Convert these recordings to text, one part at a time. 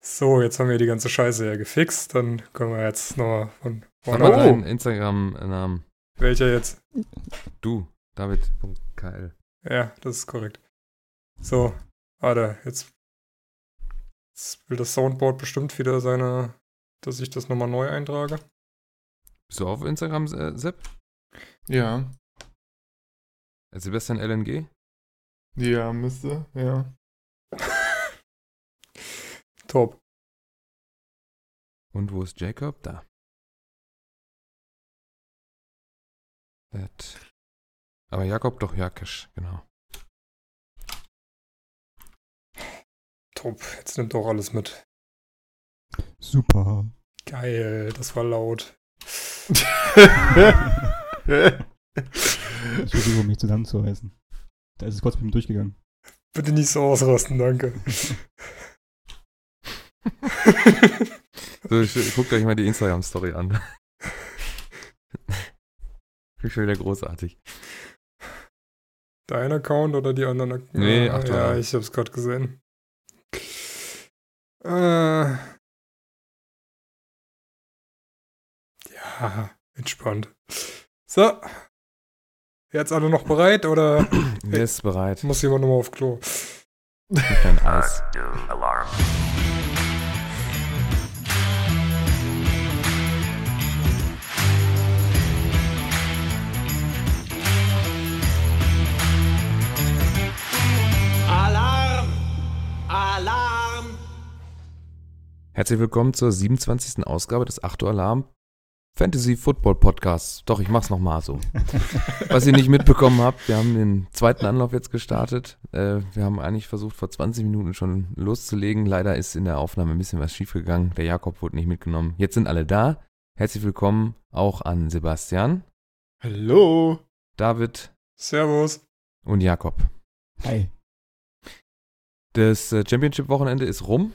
So, jetzt haben wir die ganze Scheiße ja gefixt. Dann können wir jetzt nochmal von Sag vorne mal an. deinen Instagram-Namen. Welcher jetzt? Du, David.kl. Ja, das ist korrekt. So, warte, jetzt will das Soundboard bestimmt wieder dass ich das nochmal neu eintrage. Bist du auf Instagram, Sepp? Ja. Sebastian LNG? Ja, müsste, ja. Top. Und wo ist Jacob? Da. Aber Jakob doch Jakisch, genau. Top, jetzt nimmt auch alles mit. Super. Geil, das war laut. Ich versuche mich zusammenzureißen. Da ist es kurz mit ihm durchgegangen. Bitte nicht so ausrasten, danke. So, guckt euch mal die Instagram-Story an. Finde ich schon wieder großartig. Dein Account oder die anderen Accounts? Nee, Ja, Achtung. ich hab's gerade gesehen. Ja, entspannt. So. Jetzt alle noch bereit oder Wer ist bereit? muss jemand nochmal auf Klo? Mit dein Eis. Alarm! Alarm! Herzlich willkommen zur 27. Ausgabe des 8 Uhr Alarm Fantasy Football Podcasts. Doch, ich mach's nochmal so. Was ihr nicht mitbekommen habt, wir haben den zweiten Anlauf jetzt gestartet. Wir haben eigentlich versucht, vor 20 Minuten schon loszulegen. Leider ist in der Aufnahme ein bisschen was schiefgegangen. Der Jakob wurde nicht mitgenommen. Jetzt sind alle da. Herzlich willkommen auch an Sebastian, Hallo. David Servus. und Jakob. Hi. Das Championship-Wochenende ist rum.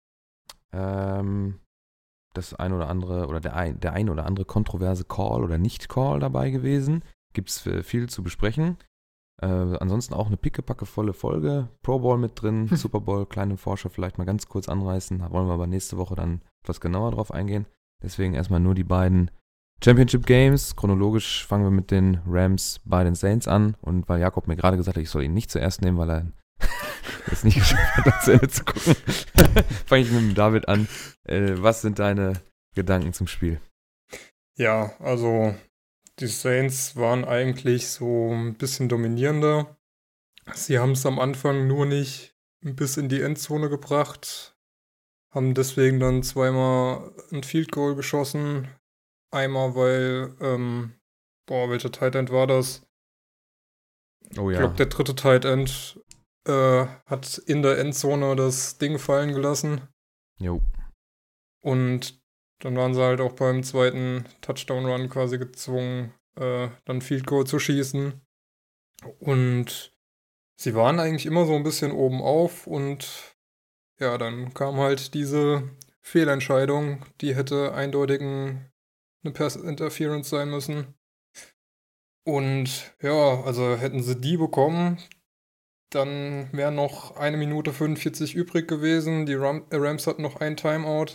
Das ein oder andere oder der ein oder andere kontroverse Call oder Nicht-Call dabei gewesen. Gibt es viel zu besprechen. Ansonsten auch eine pickepackevolle Folge. Pro Bowl mit drin, Super Bowl, kleine Vorschau vielleicht mal ganz kurz anreißen. Da wollen wir aber nächste Woche dann etwas genauer drauf eingehen. Deswegen erstmal nur die beiden Championship Games. Chronologisch fangen wir mit den Rams bei den Saints an. Und weil Jakob mir gerade gesagt hat, ich soll ihn nicht zuerst nehmen, weil er es nicht geschafft hat, das zu Ende zu gucken, fange ich mit dem David an. Was sind deine Gedanken zum Spiel? Ja, also die Saints waren eigentlich so ein bisschen dominierender. Sie haben es am Anfang nur nicht bis in die Endzone gebracht, haben deswegen dann zweimal ein Field Goal geschossen. Einmal, weil, welcher Tight End war das? Oh Ich ja. glaube, der dritte Tight End hat in der Endzone das Ding fallen gelassen. Jo. Und dann waren sie halt auch beim zweiten Touchdown-Run quasi gezwungen, dann Field Goal zu schießen. Und sie waren eigentlich immer so ein bisschen oben auf und ja, dann kam halt diese Fehlentscheidung, die hätte eindeutig eine Pass-Interference sein müssen. Und ja, also hätten sie die bekommen, dann wären noch 1 Minute 45 übrig gewesen. Die Rams hatten noch ein Timeout.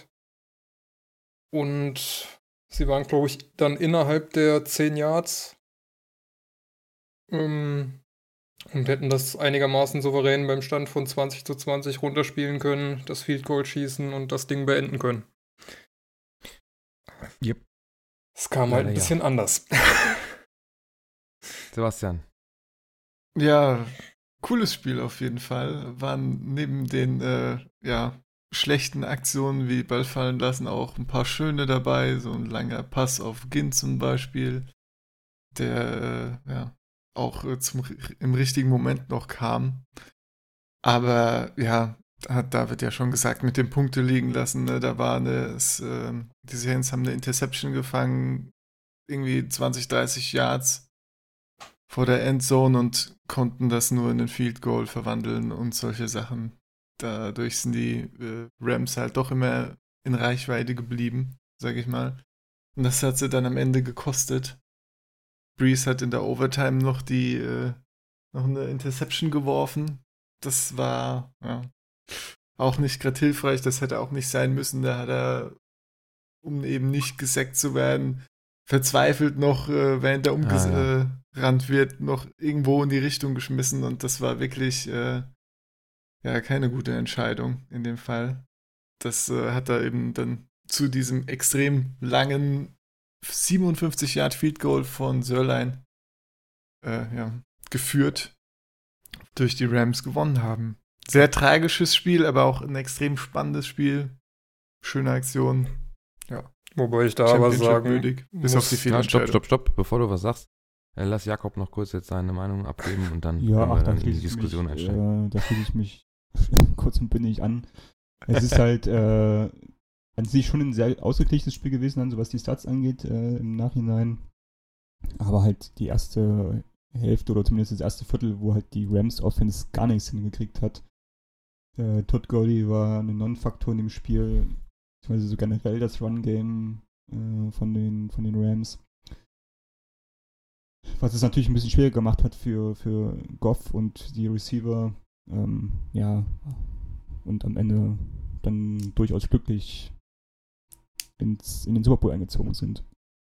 Und sie waren, glaube ich, dann innerhalb der 10 Yards. Und hätten das einigermaßen souverän beim Stand von 20-20 runterspielen können, das Field Goal schießen und das Ding beenden können. Yep. Es kam halt Leider ein bisschen anders. Sebastian. Ja, cooles Spiel auf jeden Fall. Waren neben den schlechten Aktionen wie Ball fallen lassen auch ein paar schöne dabei. So ein langer Pass auf Ginn zum Beispiel, der auch im richtigen Moment noch kam. Aber ja, hat David ja schon gesagt, mit dem Punkte liegen lassen. Ne? Da war die Saints haben eine Interception gefangen, irgendwie 20, 30 Yards vor der Endzone und konnten das nur in ein Field Goal verwandeln und solche Sachen. Dadurch sind die Rams halt doch immer in Reichweite geblieben, sag ich mal. Und das hat sie dann am Ende gekostet. Breeze hat in der Overtime noch eine Interception geworfen. Das war auch nicht gerade hilfreich. Das hätte auch nicht sein müssen. Da hat er, um eben nicht gesackt zu werden, verzweifelt noch, während er umgerannt wird, noch irgendwo in die Richtung geschmissen. Und das war wirklich keine gute Entscheidung in dem Fall. Das hat er eben dann zu diesem extrem langen 57 Yard Field Goal von Sörlein geführt, durch die Rams gewonnen haben. Sehr tragisches Spiel, aber auch ein extrem spannendes Spiel. Schöne Aktion. Ja. Wobei ich da aber sagen würdig, bis auf die Fehlentscheidung. Stopp, bevor du was sagst. Lass Jakob noch kurz jetzt seine Meinung abgeben und dann Ja, können wir ach, dann da in die schließe ich Diskussion mich, einsteigen. da schließe ich mich kurz und bündig an. Es ist halt an sich schon ein sehr ausgeglichenes Spiel gewesen, dann, so was die Stats angeht, im Nachhinein. Aber halt die erste Hälfte oder zumindest das erste Viertel, wo halt die Rams Offense gar nichts hingekriegt hat. Todd Gurley war eine Non-Faktor in dem Spiel, beziehungsweise so generell das Run-Game von den Rams. Was es natürlich ein bisschen schwieriger gemacht hat für Goff und die Receiver. Und am Ende dann durchaus glücklich in den Super Bowl eingezogen sind.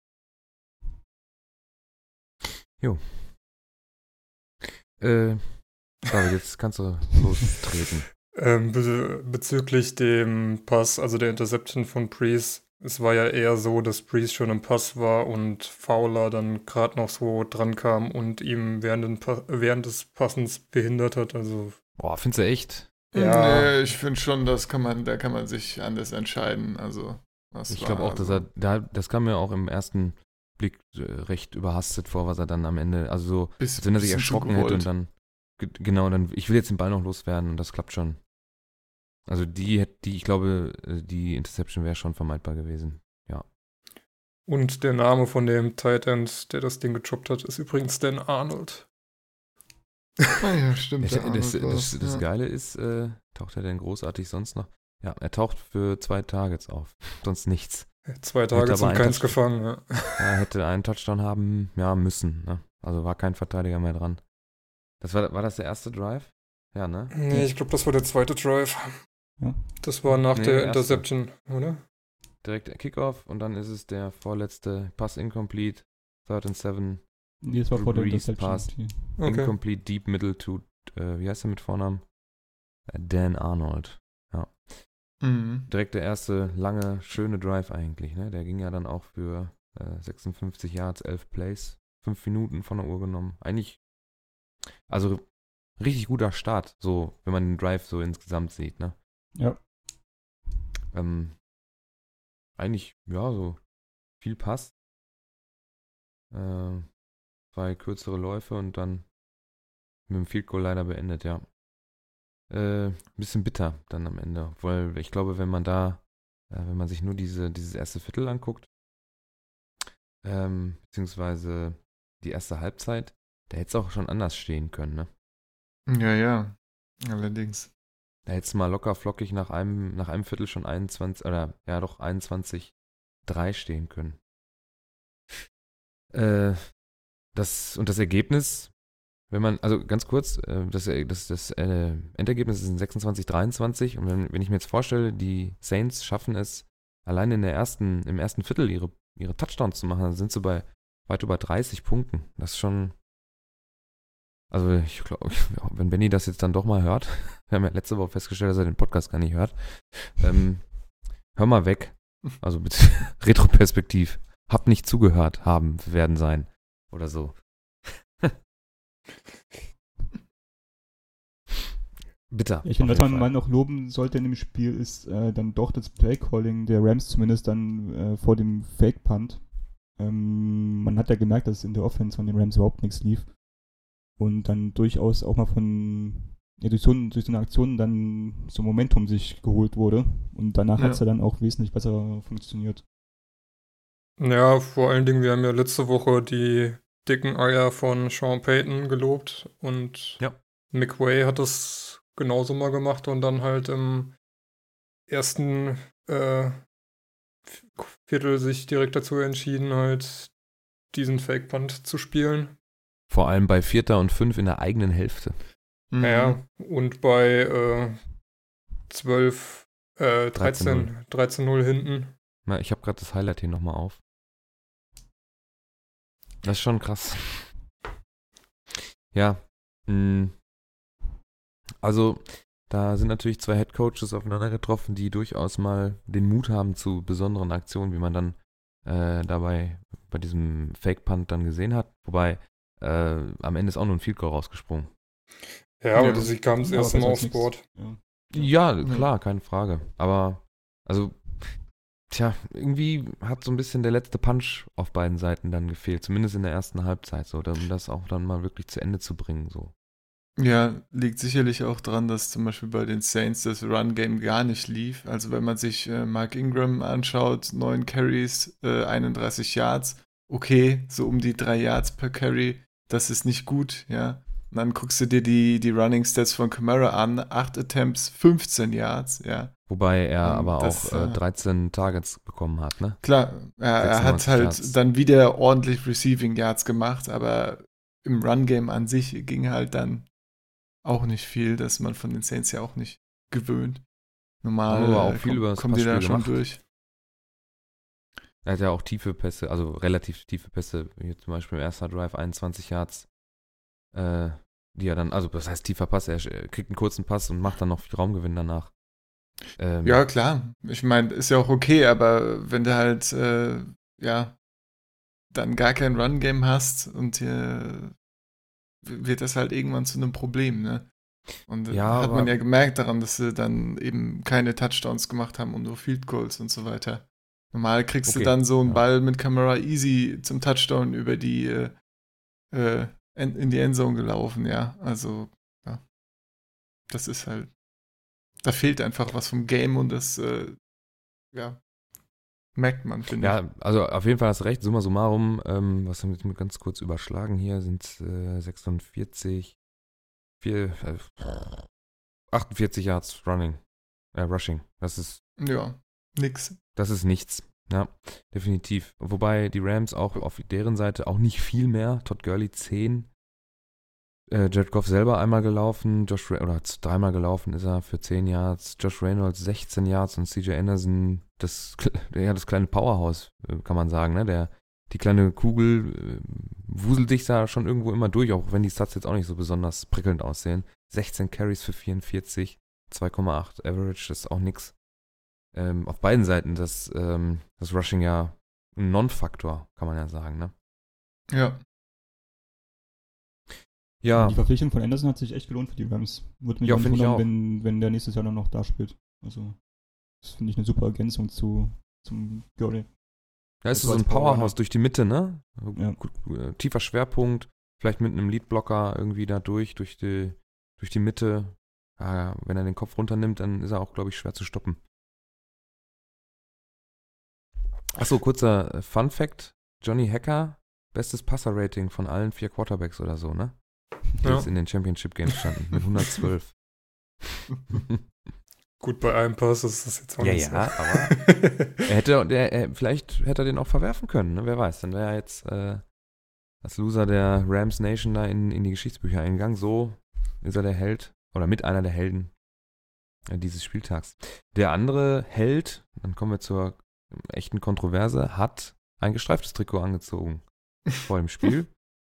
David, jetzt kannst du lostreten. Bezüglich dem Pass, also der Interception von Brees, es war ja eher so, dass Brees schon im Pass war und Fowler dann gerade noch so dran kam und ihm während des Passens behindert hat. Also Boah, findest du echt? Ja. Nee, ich finde schon, da kann man sich anders entscheiden. Also, Ich glaube auch, dass das kam mir auch im ersten Blick recht überhastet vor, was er dann am Ende, also so, als wenn er sich erschrocken hätte und dann, dann, ich will jetzt den Ball noch loswerden und das klappt schon. Also ich glaube, die Interception wäre schon vermeidbar gewesen, ja. Und der Name von dem Tight End, der das Ding gechoppt hat, ist übrigens Dan Arnold. Ah ja, stimmt. Das Geile ist, taucht er denn großartig sonst noch? Ja, er taucht für 2 Targets auf, sonst nichts. 2 Targets und keins gefangen, ja. Er hätte einen Touchdown haben, müssen, ne? Also war kein Verteidiger mehr dran. War das der erste Drive? Ja, ne? Nee, ich glaube, das war der zweite Drive. Ja. Das war nach der Interception, oder? Direkt Kickoff und dann ist es der vorletzte Pass incomplete, 3rd and 7. Nee, das war vor der Brees Interception. Pass. Okay. Incomplete Deep Middle to, wie heißt er mit Vornamen? Dan Arnold. Ja. Mhm. Direkt der erste lange, schöne Drive eigentlich, ne? Der ging ja dann auch für 56 Yards, 11 Plays, 5 Minuten von der Uhr genommen. Eigentlich, also richtig guter Start, so, wenn man den Drive so insgesamt sieht, ne? Ja. Eigentlich, ja, so viel Pass. 2 kürzere Läufe und dann mit dem Field Goal leider beendet, ja. Bisschen bitter dann am Ende, weil ich glaube, wenn man sich nur dieses erste Viertel anguckt, beziehungsweise die erste Halbzeit, da hätte es auch schon anders stehen können, ne? Ja, allerdings. Da hätte es mal locker flockig nach einem Viertel schon 21-3 stehen können. Das Ergebnis, wenn man, also ganz kurz, das Endergebnis ist ein 26-23 und wenn ich mir jetzt vorstelle, die Saints schaffen es, allein im ersten Viertel ihre Touchdowns zu machen, dann sind sie bei weit über 30 Punkten. Das ist schon, also ich glaube, wenn Benny das jetzt dann doch mal hört, wir haben ja letzte Woche festgestellt, dass er den Podcast gar nicht hört, hör mal weg. Also bitte, retroperspektiv. Hab nicht zugehört, werden sein. Oder so. Bitter. Ich finde, was man mal noch loben sollte in dem Spiel, ist dann doch das Playcalling der Rams, zumindest dann vor dem Fake-Punt. Man hat ja gemerkt, dass in der Offense von den Rams überhaupt nichts lief. Und dann durchaus auch mal durch so eine Aktion dann so Momentum sich geholt wurde. Und danach hat es ja dann auch wesentlich besser funktioniert. Ja, vor allen Dingen, wir haben ja letzte Woche die dicken Eier von Sean Payton gelobt und McVay hat das genauso mal gemacht und dann halt im ersten Viertel sich direkt dazu entschieden, halt diesen Fake-Punt zu spielen. Vor allem bei 4. und 5 in der eigenen Hälfte. Ja, und bei 13-0 hinten. Na, ich habe gerade das Highlight hier nochmal auf. Das ist schon krass. Ja. Also, da sind natürlich zwei Headcoaches aufeinander getroffen, die durchaus mal den Mut haben zu besonderen Aktionen, wie man dann dabei bei diesem Fake-Punt dann gesehen hat. Wobei, am Ende ist auch nur ein Field Goal rausgesprungen. Ja, aber sie kam das Aber erste Mal besser aufs als Board. Ja, klar, keine Frage. Aber, also, irgendwie hat so ein bisschen der letzte Punch auf beiden Seiten dann gefehlt. Zumindest in der ersten Halbzeit, so, um das auch dann mal wirklich zu Ende zu bringen, so. Ja, liegt sicherlich auch daran, dass zum Beispiel bei den Saints das Run-Game gar nicht lief. Also wenn man sich Mark Ingram anschaut, 9 Carries, 31 Yards, okay, so um die 3 Yards per Carry, das ist nicht gut, ja. Und dann guckst du dir die Running Stats von Kamara an, 8 Attempts, 15 Yards, ja. Wobei er aber das, auch 13 Targets bekommen hat, ne? Klar, er hat 96 halt Yards. dann wieder ordentlich Receiving Yards gemacht, aber im Run-Game an sich ging halt dann auch nicht viel, dass man von den Saints ja auch nicht gewöhnt. Normal Haben aber auch viel über das kommen die da Passspiel schon gemacht. durch. Er hat ja auch tiefe Pässe, also relativ tiefe Pässe, wie zum Beispiel im ersten Drive 21 Yards, die er dann, also das heißt tiefer Pass, er kriegt einen kurzen Pass und macht dann noch viel Raumgewinn danach. Ja, klar. Ich meine, ist ja auch okay, aber wenn du halt, dann gar kein Run-Game hast und wird das halt irgendwann zu einem Problem, ne? Und Ja, hat man aber- ja gemerkt daran, dass sie dann eben keine Touchdowns gemacht haben und nur Field Goals und so weiter. Normal kriegst du Okay, dann so einen ja. Ball mit Kamara easy zum Touchdown über die in die Endzone gelaufen, ja. Also, ja. Das ist halt, da fehlt einfach was vom Game und das, merkt man, finde ich. Ja, also auf jeden Fall hast du recht, summa summarum, was haben wir ganz kurz überschlagen hier, sind 46, 48 Yards Rushing. Das ist Nix. nichts. Ja, definitiv. Wobei die Rams auch auf deren Seite auch nicht viel mehr. Todd Gurley 10. Jared Goff selber einmal gelaufen, dreimal gelaufen ist er für 10 Yards. Josh Reynolds 16 Yards und CJ Anderson, das kleine Powerhouse, kann man sagen, ne? Die kleine Kugel wuselt dich da schon irgendwo immer durch, auch wenn die Stats jetzt auch nicht so besonders prickelnd aussehen. 16 Carries für 44, 2,8 Average, das ist auch nix. Auf beiden Seiten das Rushing ja ein Non-Faktor, kann man ja sagen, ne? Ja. Ja, Die Verpflichtung von Anderson hat sich echt gelohnt für die Rams. Würde mich Ja, auch finde ich wundern, auch. wenn der nächstes Jahr dann noch da spielt. Also, das finde ich eine super Ergänzung zum Gurley. da ist Das so ein war's Power, Powerhouse ne? durch die Mitte, ne? Ja. Tiefer Schwerpunkt, vielleicht mit einem Leadblocker irgendwie da durch die Mitte. Ja, wenn er den Kopf runternimmt, dann ist er auch, glaube ich, schwer zu stoppen. Achso, kurzer Fun-Fact. Johnny Hacker, bestes Passer-Rating von allen 4 Quarterbacks oder so, ne? Die Ja. jetzt in den Championship-Games standen, mit 112. Gut, bei einem Pass ist das jetzt auch Ja, nicht ja, so. aber vielleicht hätte er den auch verwerfen können, ne? Wer weiß. Dann wäre er jetzt als Loser der Rams Nation da in die Geschichtsbücher eingegangen. So ist er der Held oder mit einer der Helden dieses Spieltags. Der andere Held, dann kommen wir zur echten Kontroverse, hat ein gestreiftes Trikot angezogen vor dem Spiel.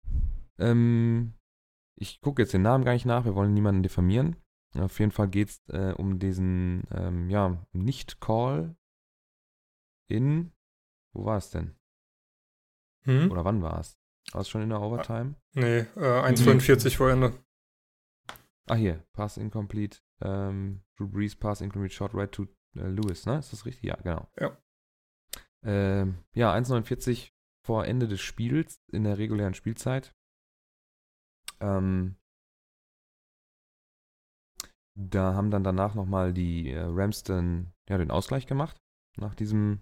Ich gucke jetzt den Namen gar nicht nach, wir wollen niemanden diffamieren. Auf jeden Fall geht es um diesen Nicht-Call in, wo war es denn? Hm? Oder wann war es? War es schon in der Overtime? Nee, 1,45 vor Ende. Ah, hier, Pass Incomplete, Drew Brees Pass Incomplete Short Right to Lewis, ne? Ist das richtig? Ja, genau. Ja. 1,49 vor Ende des Spiels in der regulären Spielzeit. Da haben dann danach nochmal die Rams den Ausgleich gemacht. Nach diesem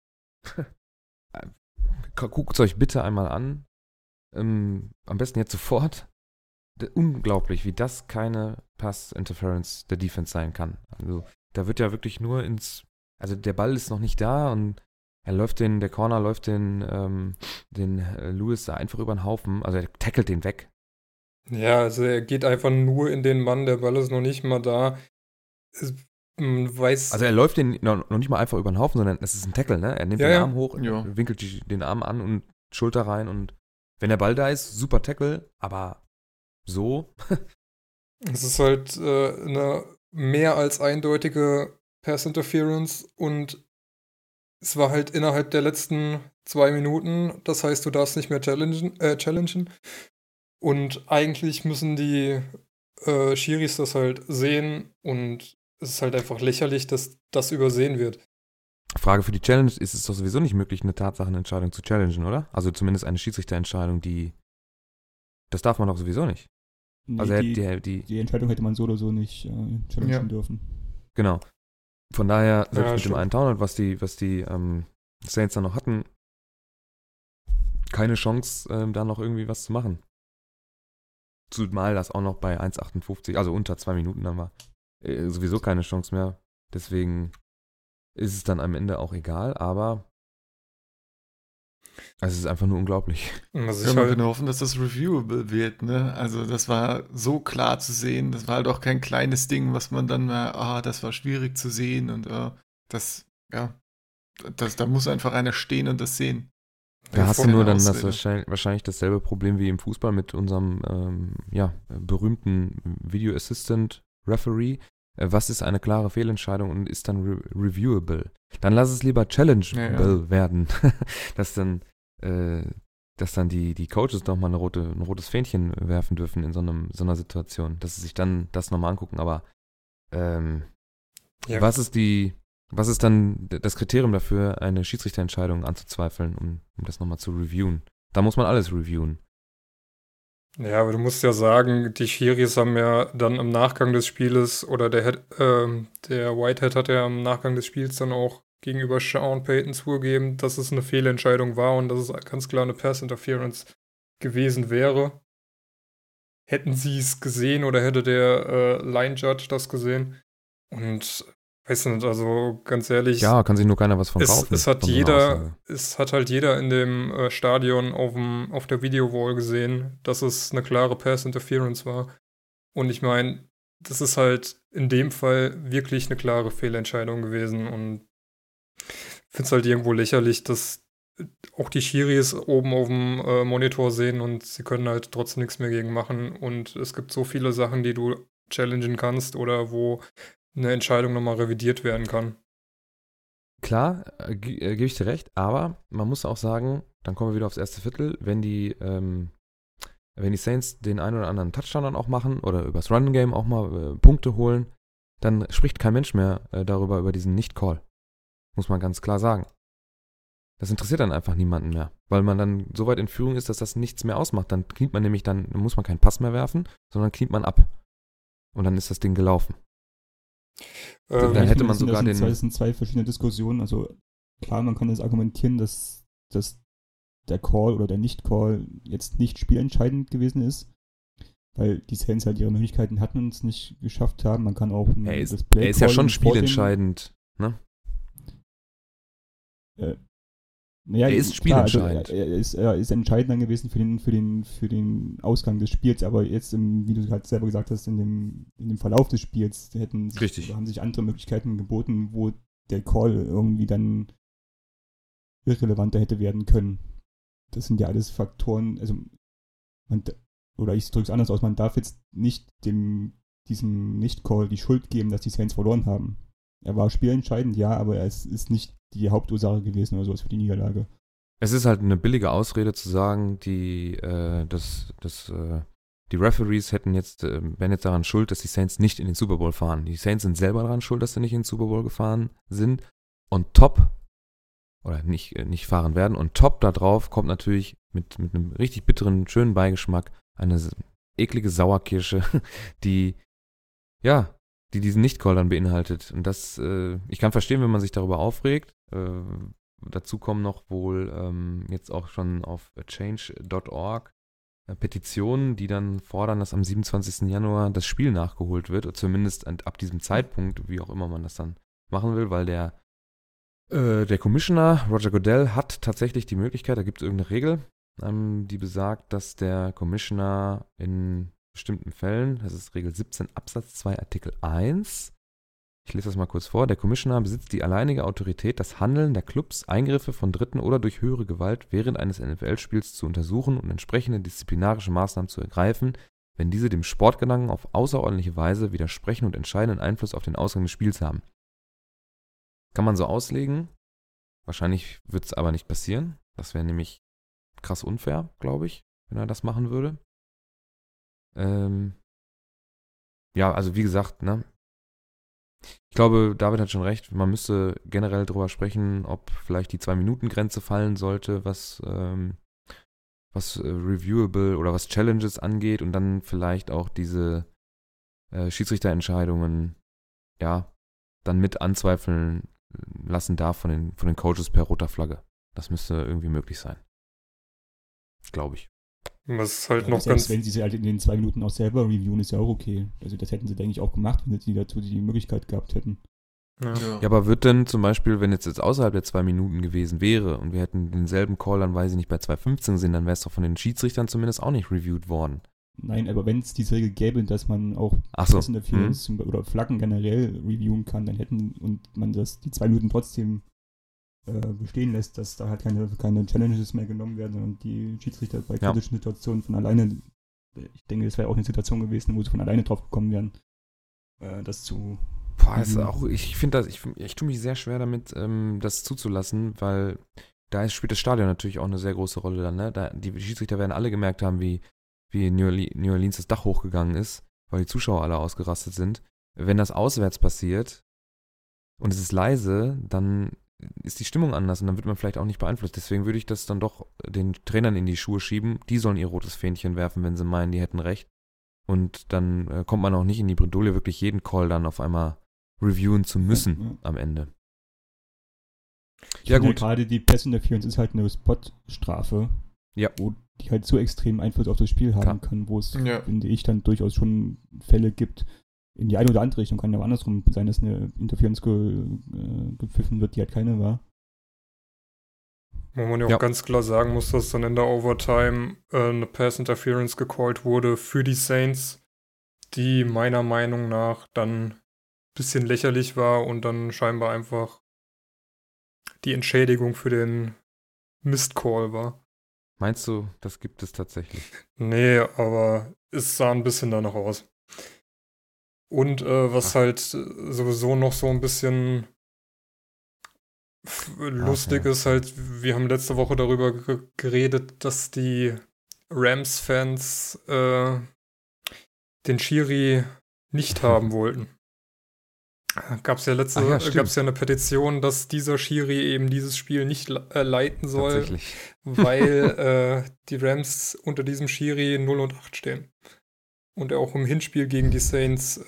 guckt es euch bitte einmal an. Am besten jetzt sofort. Unglaublich, wie das keine Pass-Interference der Defense sein kann. Also da wird ja wirklich nur also der Ball ist noch nicht da und der Corner läuft den Lewis da einfach über den Haufen. Also er tackelt den weg. Ja, also er geht einfach nur in den Mann, der Ball ist noch nicht mal da. weiß. Also er läuft den noch nicht mal einfach über den Haufen, sondern es ist ein Tackle, ne? Er nimmt Ja, den ja. Arm hoch, Ja. winkelt den Arm an und Schulter rein und wenn der Ball da ist, super Tackle, aber so. Es ist halt eine mehr als eindeutige Pass-Interference und es war halt innerhalb der letzten 2 Minuten. Das heißt, du darfst nicht mehr challengen. Und eigentlich müssen die Schiris das halt sehen und es ist halt einfach lächerlich, dass das übersehen wird. Frage für die Challenge, ist es doch sowieso nicht möglich, eine Tatsachenentscheidung zu challengen, oder? Also zumindest eine Schiedsrichterentscheidung, das darf man doch sowieso nicht. Nee, Also die Entscheidung hätte man so oder so nicht challengen Ja. dürfen. Genau. Von daher, selbst Ja, mit stimmt. dem einen Touchdown, was die Saints dann noch hatten, keine Chance, da noch irgendwie was zu machen. Zumal das auch noch bei 1,58, also unter 2 Minuten dann war. Sowieso keine Chance mehr. Deswegen ist es dann am Ende auch egal, aber es ist einfach nur unglaublich. Was Ja, ich man halt, kann hoffen, dass das reviewable wird, ne? Also das war so klar zu sehen, das war halt auch kein kleines Ding, was man dann mal, das war schwierig zu sehen und da muss einfach einer stehen und das sehen. Da hast du keine nur dann das Ausrede. wahrscheinlich dasselbe Problem wie im Fußball mit unserem berühmten Video Assistant Referee. Was ist eine klare Fehlentscheidung und ist dann reviewable? Dann lass es lieber challengeable werden, dass dann die Coaches doch mal ein rotes Fähnchen werfen dürfen in so einer Situation, dass sie sich dann das nochmal angucken. Aber ja, was ist dann das Kriterium dafür, eine Schiedsrichterentscheidung anzuzweifeln, um das nochmal zu reviewen? Da muss man alles reviewen. ja, aber du musst ja sagen, die Schiris haben ja dann im Nachgang des Spieles oder der Whitehead hat ja im Nachgang des Spiels dann auch gegenüber Sean Payton zugegeben, dass es eine Fehlentscheidung war und dass es ganz klar eine Pass-Interference gewesen wäre. Hätten sie es gesehen oder hätte der Line-Judge das gesehen? Und weiß nicht, also ganz ehrlich, Ja, kann sich nur keiner was von kaufen. es hat von so einer Aussage. halt jeder in dem Stadion auf der Videowall gesehen, dass es eine klare Pass-Interference war. Und ich meine, das ist halt in dem Fall wirklich eine klare Fehlentscheidung gewesen. Und ich finde es halt irgendwo lächerlich, dass auch die Schiris oben auf dem Monitor sehen und sie können halt trotzdem nichts mehr gegen machen. Und es gibt so viele Sachen, die du challengen kannst oder wo eine Entscheidung nochmal revidiert werden kann. Klar, gebe ich dir recht, aber man muss auch sagen, dann kommen wir wieder aufs erste Viertel, wenn die Saints den einen oder anderen Touchdown dann auch machen oder übers Run-Game auch mal Punkte holen, dann spricht kein Mensch mehr über diesen Nicht-Call. Muss man ganz klar sagen. Das interessiert dann einfach niemanden mehr, weil man dann so weit in Führung ist, dass das nichts mehr ausmacht. Dann muss man keinen Pass mehr werfen, sondern kniet man ab. Und dann ist das Ding gelaufen. Dann Ich hätte finde, man sogar das sind zwei verschiedene Diskussionen. Also klar, man kann jetzt argumentieren, dass der Call oder der Nicht-Call jetzt nicht spielentscheidend gewesen ist, weil die Saints halt ihre Möglichkeiten hatten und es nicht geschafft haben. Man kann auch Er ist das Play ja schon callen vor dem- spielentscheidend, ne? Naja, Er ist klar, also spielentscheidend. er ist entscheidend dann gewesen für den Ausgang des Spiels, aber jetzt, wie du halt selber gesagt hast, in dem Verlauf des Spiels Richtig. haben sich andere Möglichkeiten geboten, wo der Call irgendwie dann irrelevanter hätte werden können. Das sind ja alles Faktoren, also ich drücke es anders aus, man darf jetzt nicht diesem Nicht-Call die Schuld geben, dass die Saints verloren haben. Er war spielentscheidend, ja, aber es ist nicht die Hauptursache gewesen oder sowas für die Niederlage. Es ist halt eine billige Ausrede zu sagen, die Referees wären jetzt daran schuld, dass die Saints nicht in den Super Bowl fahren. Die Saints sind selber daran schuld, dass sie nicht in den Super Bowl gefahren sind. Und top, oder nicht fahren werden, und top da drauf kommt natürlich mit einem richtig bitteren, schönen Beigeschmack eine eklige Sauerkirsche, die diesen Nicht-Call dann beinhaltet. Und das, ich kann verstehen, wenn man sich darüber aufregt. Dazu kommen noch wohl jetzt auch schon auf change.org Petitionen, die dann fordern, dass am 27. Januar das Spiel nachgeholt wird, oder zumindest ab diesem Zeitpunkt, wie auch immer man das dann machen will, weil der Commissioner Roger Goodell hat tatsächlich die Möglichkeit, da gibt es irgendeine Regel, die besagt, dass der Commissioner in bestimmten Fällen, das ist Regel 17 Absatz 2 Artikel 1, Ich lese das mal kurz vor. Der Commissioner besitzt die alleinige Autorität, das Handeln der Clubs, Eingriffe von Dritten oder durch höhere Gewalt während eines NFL-Spiels zu untersuchen und entsprechende disziplinarische Maßnahmen zu ergreifen, wenn diese dem Sportgedanken auf außerordentliche Weise widersprechen und entscheidenden Einfluss auf den Ausgang des Spiels haben. Kann man so auslegen. Wahrscheinlich wird es aber nicht passieren. Das wäre nämlich krass unfair, glaube ich, wenn er das machen würde. Ja, also wie gesagt, ne? Ich glaube, David hat schon recht. Man müsste generell drüber sprechen, ob vielleicht die 2-Minuten-Grenze fallen sollte, was Reviewable oder was Challenges angeht und dann vielleicht auch diese Schiedsrichterentscheidungen ja dann mit anzweifeln lassen darf von den Coaches per roter Flagge. Das müsste irgendwie möglich sein. Glaube ich. Was ist halt Ja, noch selbst ganz. wenn sie es halt in den 2 Minuten auch selber reviewen, ist ja auch okay. Also das hätten sie, denke ich, auch gemacht, wenn sie dazu die Möglichkeit gehabt hätten. Ja. Ja, aber wird denn zum Beispiel, wenn jetzt außerhalb der 2 Minuten gewesen wäre und wir hätten denselben Call dann, weiß ich nicht, bei 2:15 gesehen, dann wäre es doch von den Schiedsrichtern zumindest auch nicht reviewed worden. Nein, aber wenn es diese Regel gäbe, dass man auch Ach so. Pass Interference oder Flaggen generell reviewen kann, dann hätten und man die 2 Minuten trotzdem bestehen lässt, dass da halt keine Challenges mehr genommen werden und die Schiedsrichter bei Ja. kritischen Situationen von alleine, ich denke, das wäre auch eine Situation gewesen, wo sie von alleine drauf gekommen wären, das zu Boah, ist auch, ich finde das, ich tue mich sehr schwer damit, das zuzulassen, weil da spielt das Stadion natürlich auch eine sehr große Rolle dann, ne? Die Schiedsrichter werden alle gemerkt haben, wie in New Orleans das Dach hochgegangen ist, weil die Zuschauer alle ausgerastet sind. Wenn das auswärts passiert und es ist leise, dann ist die Stimmung anders und dann wird man vielleicht auch nicht beeinflusst. Deswegen würde ich das dann doch den Trainern in die Schuhe schieben. Die sollen ihr rotes Fähnchen werfen, wenn sie meinen, die hätten recht. Und dann kommt man auch nicht in die Bredouille, wirklich jeden Call dann auf einmal reviewen zu müssen Ja. am Ende. Ich Ja, finde gut. gerade die Pass Interference ist halt eine Spot-Strafe, Ja. wo die halt so extrem Einfluss auf das Spiel haben Klar. kann, wo es, Ja. finde ich, dann durchaus schon Fälle gibt, in die eine oder andere Richtung. Kann ja auch andersrum sein, dass eine Interference gepfiffen wird, die halt keine war. Wo man ja auch Ja. ganz klar sagen muss, dass dann in der Overtime eine Pass Interference gecallt wurde für die Saints, die meiner Meinung nach dann ein bisschen lächerlich war und dann scheinbar einfach die Entschädigung für den Mist-Call war. Meinst du, das gibt es tatsächlich? Nee, aber es sah ein bisschen danach aus. Und was halt sowieso noch so ein bisschen lustig ja. ist halt, wir haben letzte Woche darüber geredet, dass die Rams-Fans den Schiri nicht haben wollten. Gab es ja stimmt. eine Petition, dass dieser Schiri eben dieses Spiel nicht leiten soll, Tatsächlich. weil die Rams unter diesem Schiri 0-8 stehen. Und er auch im Hinspiel gegen die Saints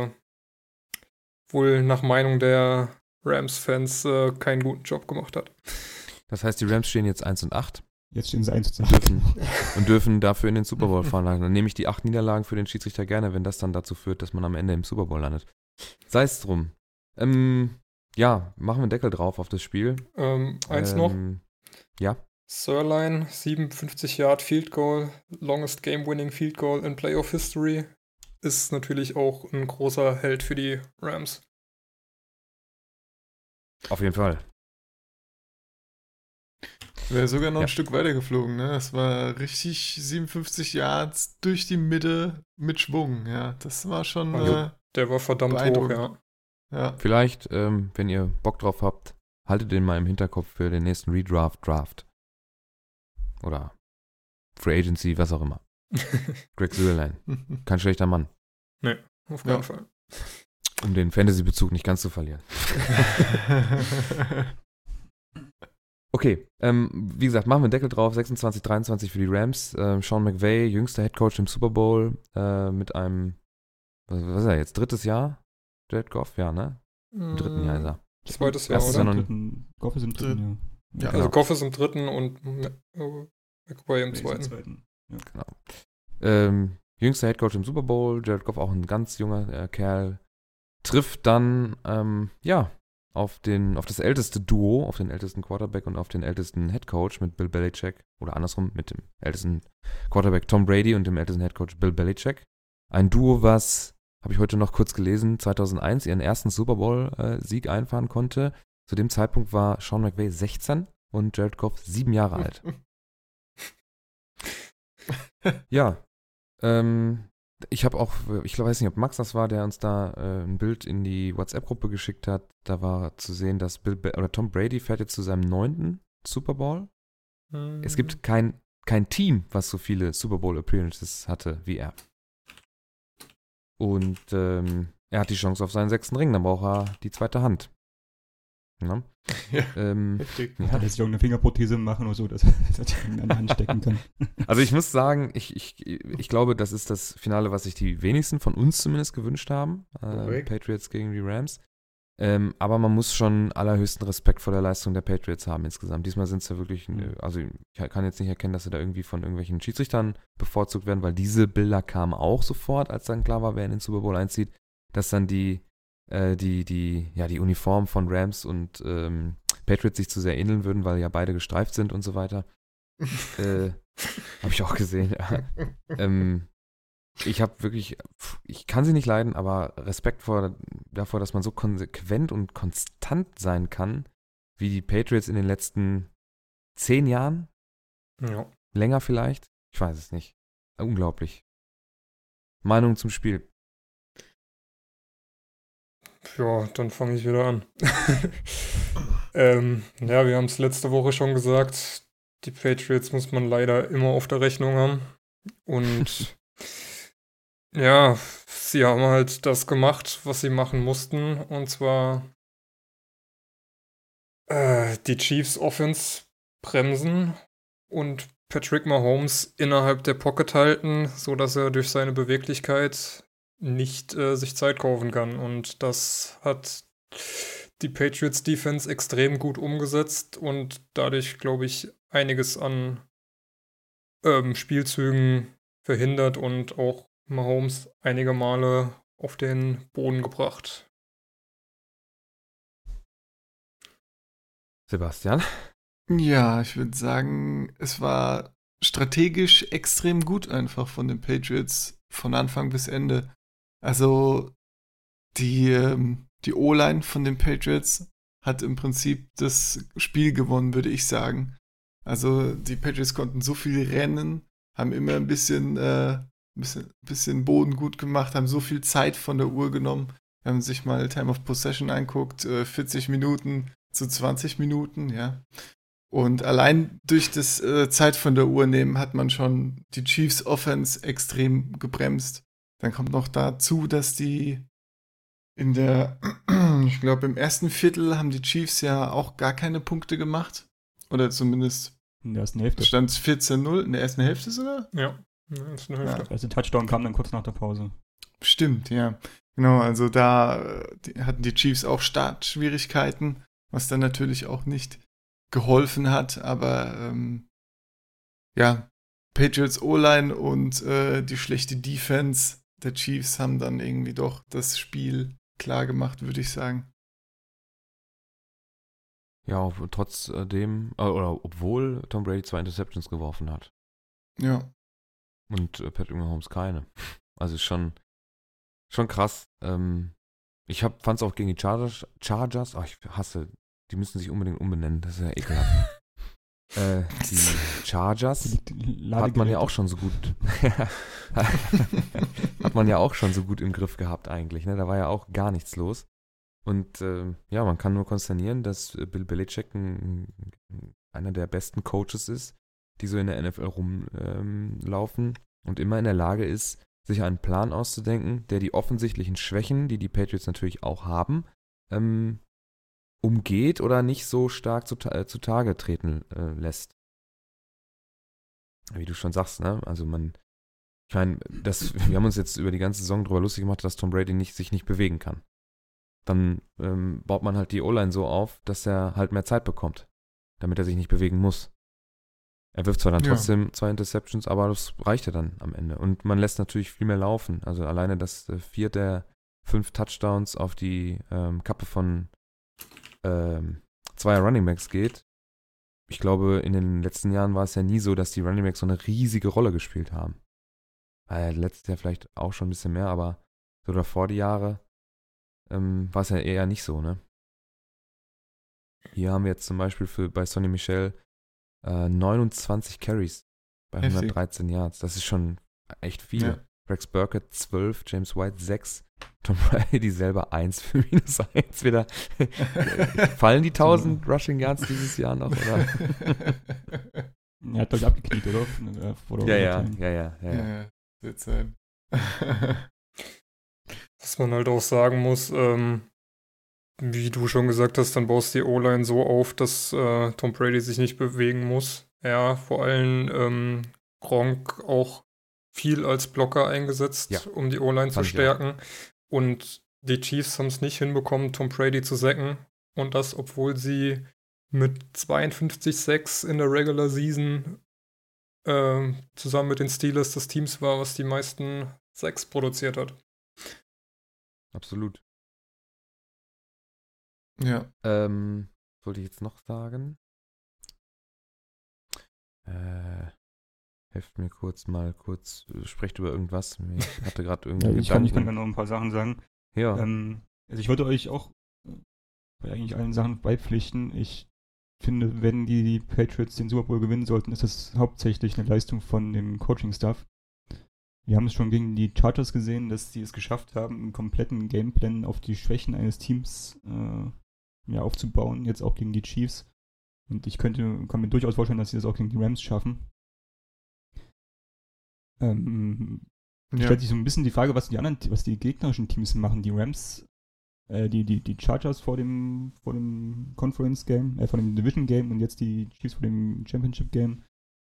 wohl nach Meinung der Rams-Fans keinen guten Job gemacht hat. Das heißt, die Rams stehen jetzt 1-8 Jetzt stehen sie 1-2. und dürfen dafür in den Super Bowl fahren. Dann nehme ich die 8 Niederlagen für den Schiedsrichter gerne, wenn das dann dazu führt, dass man am Ende im Super Bowl landet. Sei es drum. Ja, machen wir einen Deckel drauf auf das Spiel. Eins noch. Ja. Sirline, 57-Yard Field Goal, longest game-winning Field Goal in Playoff History, ist natürlich auch ein großer Held für die Rams. Auf jeden Fall. Wäre sogar noch Ja. ein Stück weiter geflogen, ne? Das war richtig 57 Yards durch die Mitte mit Schwung, ja. Das war schon, Also, Der war verdammt hoch, beeindruckend. ja. ja. Vielleicht, wenn ihr Bock drauf habt, haltet den mal im Hinterkopf für den nächsten Draft. Oder Free Agency, was auch immer. Greg Zuerlein. Kein schlechter Mann. Auf keinen Ja. Fall. Um den Fantasy-Bezug nicht ganz zu verlieren. Okay, wie gesagt, machen wir einen Deckel drauf. 26-23 für die Rams. Sean McVay, jüngster Headcoach im Super Bowl, mit einem, was ist er jetzt, 3. Jahr? Jared Goff, ja, ne? Im 3. Jahr ist er. Zweites Jahr, Erstes oder? Jahr noch- Goff ist im dritten Jahr. Ja. Also genau. Goff ist im 3. und McVay im 2. Jüngster Headcoach im Super Bowl, Jared Goff auch ein ganz junger Kerl, trifft dann, auf das älteste Duo, auf den ältesten Quarterback und auf den ältesten Headcoach mit Bill Belichick, oder andersrum, mit dem ältesten Quarterback Tom Brady und dem ältesten Headcoach Bill Belichick. Ein Duo, was habe ich heute noch kurz gelesen, 2001 ihren ersten Super Bowl-Sieg einfahren konnte. Zu dem Zeitpunkt war Sean McVay 16 und Jared Goff 7 Jahre alt. Ja, ich habe auch, ich weiß nicht, ob Max das war, der uns da ein Bild in die WhatsApp-Gruppe geschickt hat. Da war zu sehen, dass Tom Brady fährt jetzt zu seinem 9. Super Bowl. Es gibt kein Team, was so viele Super Bowl Appearances hatte wie er. Und er hat die Chance auf seinen 6. Ring, dann braucht er die zweite Hand. Ja. Ja, heftig. Ja, dass ich auch eine Fingerprothese machen oder so, dass er ihn an die Hand stecken kann. Also ich muss sagen, ich glaube, das ist das Finale, was sich die wenigsten von uns zumindest gewünscht haben. Patriots gegen die Rams. Aber man muss schon allerhöchsten Respekt vor der Leistung der Patriots haben insgesamt. Diesmal sind es ja wirklich, also ich kann jetzt nicht erkennen, dass sie da irgendwie von irgendwelchen Schiedsrichtern bevorzugt werden, weil diese Bilder kamen auch sofort, als dann klar war, wer in den Super Bowl einzieht, dass dann die Uniformen von Rams und Patriots sich zu sehr ähneln würden, weil ja beide gestreift sind und so weiter. Habe ich auch gesehen, ja. Ich habe wirklich, ich kann sie nicht leiden, aber Respekt davor, dass man so konsequent und konstant sein kann, wie die Patriots in den letzten 10 Jahren. Ja. Länger vielleicht? Ich weiß es nicht. Unglaublich. Meinung zum Spiel. Ja, dann fange ich wieder an. Ja, wir haben es letzte Woche schon gesagt, die Patriots muss man leider immer auf der Rechnung haben. Und ja, sie haben halt das gemacht, was sie machen mussten. Und zwar die Chiefs Offense bremsen und Patrick Mahomes innerhalb der Pocket halten, sodass er durch seine Beweglichkeit nicht sich Zeit kaufen kann. Und das hat die Patriots Defense extrem gut umgesetzt und dadurch, glaube ich, einiges an Spielzügen verhindert und auch Mahomes einige Male auf den Boden gebracht. Sebastian? Ja, ich würde sagen, es war strategisch extrem gut einfach von den Patriots von Anfang bis Ende. Also die O-Line von den Patriots hat im Prinzip das Spiel gewonnen, würde ich sagen. Also die Patriots konnten so viel rennen, haben immer ein bisschen Boden gut gemacht, haben so viel Zeit von der Uhr genommen. Wenn man sich mal Time of Possession anguckt, 40 Minuten zu 20 Minuten, ja. Und allein durch das Zeit von der Uhr nehmen hat man schon die Chiefs Offense extrem gebremst. Dann kommt noch dazu, dass die ich glaube im ersten Viertel haben die Chiefs ja auch gar keine Punkte gemacht. Oder zumindest in der ersten Hälfte. Stand es 14-0 in der ersten Hälfte sogar? Ja, in der ersten Hälfte. Der erste Touchdown kam dann kurz nach der Pause. Stimmt, ja. Genau, also da hatten die Chiefs auch Startschwierigkeiten, was dann natürlich auch nicht geholfen hat, aber ja, Patriots O-Line und die schlechte Defense der Chiefs haben dann irgendwie doch das Spiel klar gemacht, würde ich sagen. Ja, trotzdem, oder obwohl Tom Brady 2 Interceptions geworfen hat. Ja. Und Patrick Mahomes keine. Also ist schon krass. Ich fand's auch gegen die Chargers, ich hasse, die müssen sich unbedingt umbenennen, das ist ja ekelhaft. Die Chargers hat man ja auch schon so gut im Griff gehabt eigentlich, ne? Da war ja auch gar nichts los. Und ja, man kann nur konstatieren, dass Bill Belichick einer der besten Coaches ist, die so in der NFL rumlaufen und immer in der Lage ist, sich einen Plan auszudenken, der die offensichtlichen Schwächen, die die Patriots natürlich auch haben, umgeht oder nicht so stark zutage treten lässt. Wie du schon sagst, ne? Also wir haben uns jetzt über die ganze Saison drüber lustig gemacht, dass Tom Brady sich nicht bewegen kann. Dann baut man halt die O-Line so auf, dass er halt mehr Zeit bekommt, damit er sich nicht bewegen muss. Er wirft zwar dann trotzdem 2 Interceptions, aber das reicht ja dann am Ende. Und man lässt natürlich viel mehr laufen. Also alleine, dass 4 der 5 Touchdowns auf die Kappe von 2 Runningbacks geht. Ich glaube, in den letzten Jahren war es ja nie so, dass die Runningbacks so eine riesige Rolle gespielt haben. Letztes Jahr vielleicht auch schon ein bisschen mehr, aber So davor die Jahre war es ja eher nicht so, ne? Hier haben wir jetzt zum Beispiel bei Sonny Michel 29 Carries bei Heftig. 113 Yards. Das ist schon echt viel. Ja. Rex Burkett 12, James White 6, Tom Brady selber 1 für -1 wieder. Fallen die 1000 Rushing Yards dieses Jahr noch, oder? Er hat, glaube ich, abgekniet, oder? Ja. Wird sein. Was man halt auch sagen muss, wie du schon gesagt hast, dann baust du die O-Line so auf, dass Tom Brady sich nicht bewegen muss. Ja, vor allem Gronk auch viel als Blocker eingesetzt, Ja. um die O-Line zu Fand ich stärken. Und die Chiefs haben es nicht hinbekommen, Tom Brady zu sacken. Und das, obwohl sie mit 52-6 in der Regular Season zusammen mit den Steelers das Teams war, was die meisten Sacks produziert hat. Absolut. Ja. Wollte ich jetzt noch sagen? Helft mir sprecht über irgendwas. Ich hatte gerade irgendwie ich kann da noch ein paar Sachen sagen. Ja. Also ich wollte euch auch bei eigentlich allen Sachen beipflichten. Ich finde, wenn die Patriots den Super Bowl gewinnen sollten, ist das hauptsächlich eine Leistung von dem Coaching-Staff. Wir haben es schon gegen die Chargers gesehen, dass sie es geschafft haben, einen kompletten Gameplan auf die Schwächen eines Teams aufzubauen, jetzt auch gegen die Chiefs. Und ich kann mir durchaus vorstellen, dass sie das auch gegen die Rams schaffen. Stellt sich so ein bisschen die Frage, was die gegnerischen Teams machen. Die Rams, die Chargers vor dem Conference Game, vor dem Division Game und jetzt die Chiefs vor dem Championship Game.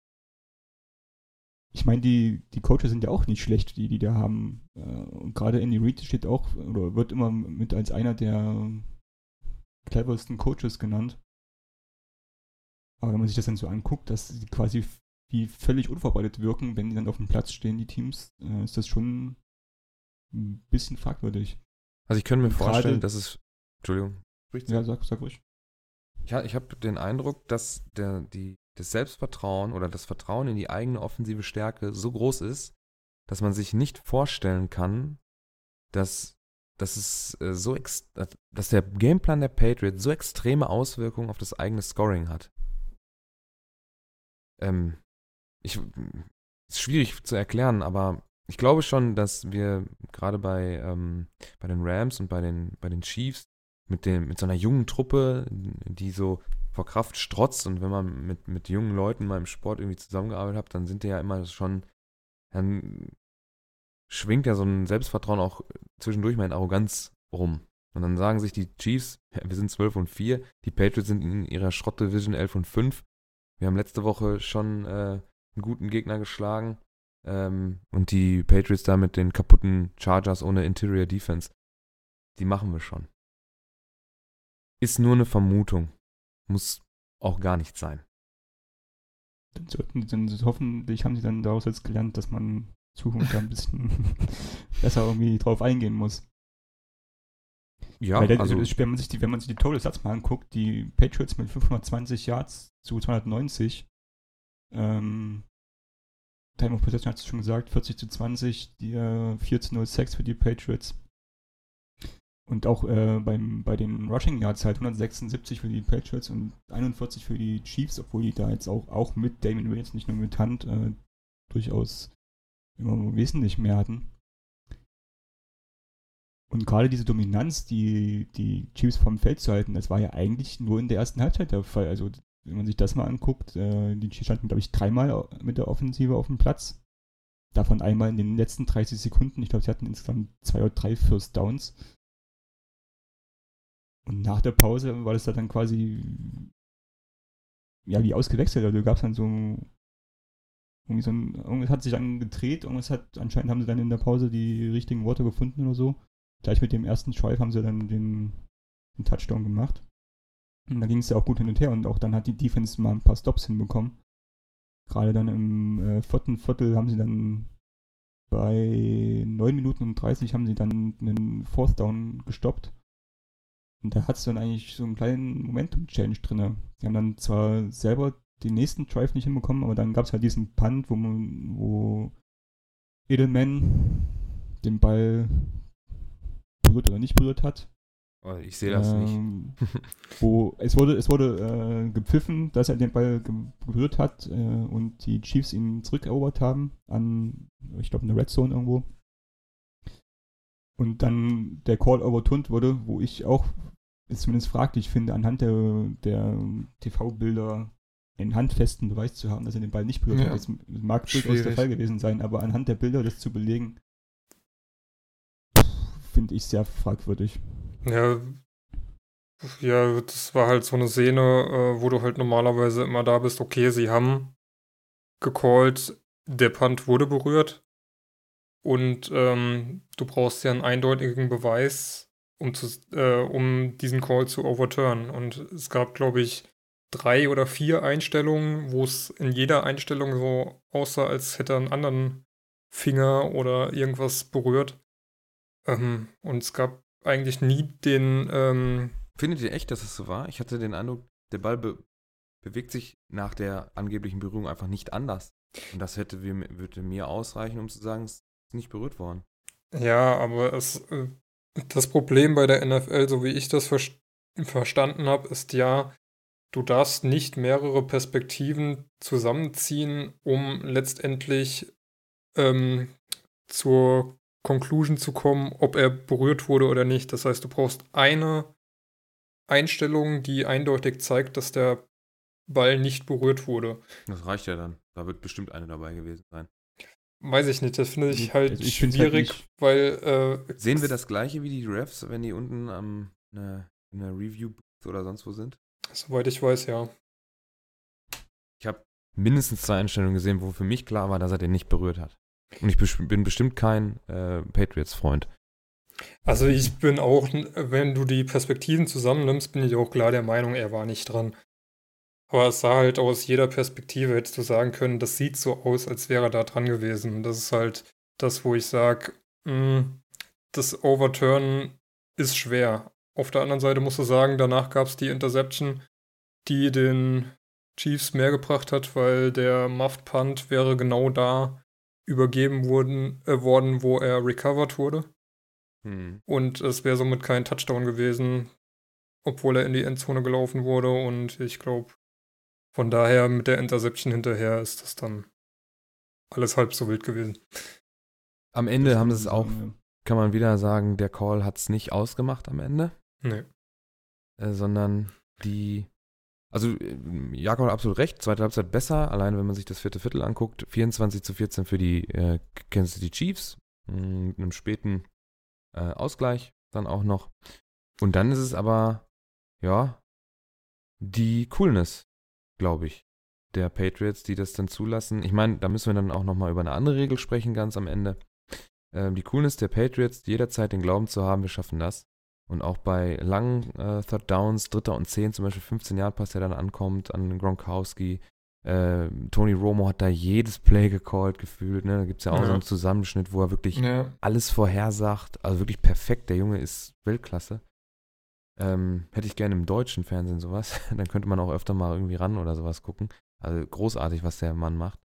Ich meine, die Coaches sind ja auch nicht schlecht, die da haben. Und gerade Andy Reid steht auch, oder wird immer mit als einer der cleversten Coaches genannt. Aber wenn man sich das dann so anguckt, dass sie quasi wie völlig unvorbereitet wirken, wenn die dann auf dem Platz stehen, die Teams, ist das schon ein bisschen fragwürdig. Also ich könnte mir vorstellen, dass es... Entschuldigung. Ja, sag ruhig. Ich habe den Eindruck, dass das Selbstvertrauen oder das Vertrauen in die eigene offensive Stärke so groß ist, dass man sich nicht vorstellen kann, dass der Gameplan der Patriots so extreme Auswirkungen auf das eigene Scoring hat. Ist schwierig zu erklären, aber ich glaube schon, dass wir gerade bei den Rams und bei den Chiefs mit so einer jungen Truppe, die so vor Kraft strotzt, und wenn man mit jungen Leuten mal im Sport irgendwie zusammengearbeitet hat, dann sind die ja immer schon, dann schwingt ja so ein Selbstvertrauen auch zwischendurch mal in Arroganz rum. Und dann sagen sich die Chiefs, wir sind 12-4, die Patriots sind in ihrer Schrott-Division 11-5. Wir haben letzte Woche schon einen guten Gegner geschlagen, und die Patriots da mit den kaputten Chargers ohne Interior Defense, die machen wir schon. Ist nur eine Vermutung. Muss auch gar nicht sein. Hoffentlich haben sie dann daraus jetzt gelernt, dass man in Zukunft da ein bisschen besser irgendwie drauf eingehen muss. Ja, wenn also man sich die Total Stats mal anguckt, die Patriots mit 520 Yards zu 290, Time of Possession hat es schon gesagt, 40-20, die 4-0-6 für die Patriots. Und auch bei den Rushing Yards halt 176 für die Patriots und 41 für die Chiefs, obwohl die da jetzt auch mit Damien Williams, nicht nur mit Hunt, durchaus immer wesentlich mehr hatten. Und gerade diese Dominanz, die Chiefs vom Feld zu halten, das war ja eigentlich nur in der ersten Halbzeit der Fall. Also wenn man sich das mal anguckt, die Chiefs standen, glaube ich, 3-mal mit der Offensive auf dem Platz. Davon einmal in den letzten 30 Sekunden. Ich glaube, sie hatten insgesamt 2 oder 3 First Downs. Und nach der Pause war das dann quasi wie ausgewechselt. Also gab es dann irgendwas hat sich dann gedreht, anscheinend haben sie dann in der Pause die richtigen Worte gefunden oder so. Gleich mit dem ersten Drive haben sie dann den Touchdown gemacht. Und da ging es ja auch gut hin und her und auch dann hat die Defense mal ein paar Stops hinbekommen. Gerade dann im vierten Viertel haben sie dann bei 9 Minuten und 30 haben sie dann einen Fourth Down gestoppt. Und da hat es dann eigentlich so einen kleinen Momentum-Change drin. Sie haben dann zwar selber den nächsten Drive nicht hinbekommen, aber dann gab es halt diesen Punt, wo Edelman den Ball berührt oder nicht berührt hat. Oh, ich sehe das nicht. Wo es wurde gepfiffen, dass er den Ball berührt hat und die Chiefs ihn zurückerobert haben an, ich glaube, eine Red Zone irgendwo. Und dann der Call overturned wurde, wo ich auch es zumindest fraglich finde, anhand der TV-Bilder einen handfesten Beweis zu haben, dass er den Ball nicht berührt hat. Das mag durchaus der Fall gewesen sein, aber anhand der Bilder das zu belegen, finde ich sehr fragwürdig. Ja, das war halt so eine Szene, wo du halt normalerweise immer da bist, okay, sie haben gecallt, der Punt wurde berührt und du brauchst ja einen eindeutigen Beweis, um diesen Call zu overturnen. Und es gab, glaube ich, 3 oder 4 Einstellungen, wo es in jeder Einstellung so aussah, als hätte er einen anderen Finger oder irgendwas berührt. Und es gab eigentlich nie den. Findet ihr echt, dass es so war? Ich hatte den Eindruck, der Ball bewegt sich nach der angeblichen Berührung einfach nicht anders. Und das würde mir ausreichen, um zu sagen, es ist nicht berührt worden. Ja, aber das Problem bei der NFL, so wie ich das verstanden habe, ist ja, du darfst nicht mehrere Perspektiven zusammenziehen, um letztendlich zur Conclusion zu kommen, ob er berührt wurde oder nicht. Das heißt, du brauchst eine Einstellung, die eindeutig zeigt, dass der Ball nicht berührt wurde. Das reicht ja dann. Da wird bestimmt eine dabei gewesen sein. Weiß ich nicht, das finde ich halt Also ich schwierig, halt weil Sehen wir das gleiche wie die Refs, wenn die unten in der Review oder sonst wo sind? Soweit ich weiß, ja. Ich habe mindestens 2 Einstellungen gesehen, wo für mich klar war, dass er den nicht berührt hat. Und ich bin bestimmt kein Patriots-Freund. Also ich bin auch, wenn du die Perspektiven zusammennimmst, bin ich auch klar der Meinung, er war nicht dran. Aber es sah halt aus jeder Perspektive, hättest du sagen können, das sieht so aus, als wäre er da dran gewesen. Das ist halt das, wo ich sage, das Overturnen ist schwer. Auf der anderen Seite musst du sagen, danach gab es die Interception, die den Chiefs mehr gebracht hat, weil der Muffed Punt wäre genau da übergeben worden, wo er recovered wurde. Und es wäre somit kein Touchdown gewesen, obwohl er in die Endzone gelaufen wurde. Und ich glaube, von daher mit der Interception hinterher ist das dann alles halb so wild gewesen. Am Ende haben sie es auch, kann man wieder sagen, der Call hat es nicht ausgemacht am Ende. Nee. Sondern also Jakob hat absolut recht, zweite Halbzeit besser, allein wenn man sich das 4. Viertel anguckt, 24-14 für die Kansas City Chiefs, mit einem späten Ausgleich dann auch noch. Und dann ist es aber, ja, die Coolness, glaube ich, der Patriots, die das dann zulassen. Ich meine, da müssen wir dann auch nochmal über eine andere Regel sprechen, ganz am Ende. Die Coolness der Patriots, jederzeit den Glauben zu haben, wir schaffen das. Und auch bei langen Third Downs, 3. und 10, zum Beispiel 15-Yard-Pass, der dann ankommt an Gronkowski. Tony Romo hat da jedes Play gecallt gefühlt. Ne? Da gibt es ja auch so einen Zusammenschnitt, wo er wirklich alles vorhersagt. Also wirklich perfekt. Der Junge ist Weltklasse. Hätte ich gerne im deutschen Fernsehen sowas. Dann könnte man auch öfter mal irgendwie ran oder sowas gucken. Also großartig, was der Mann macht.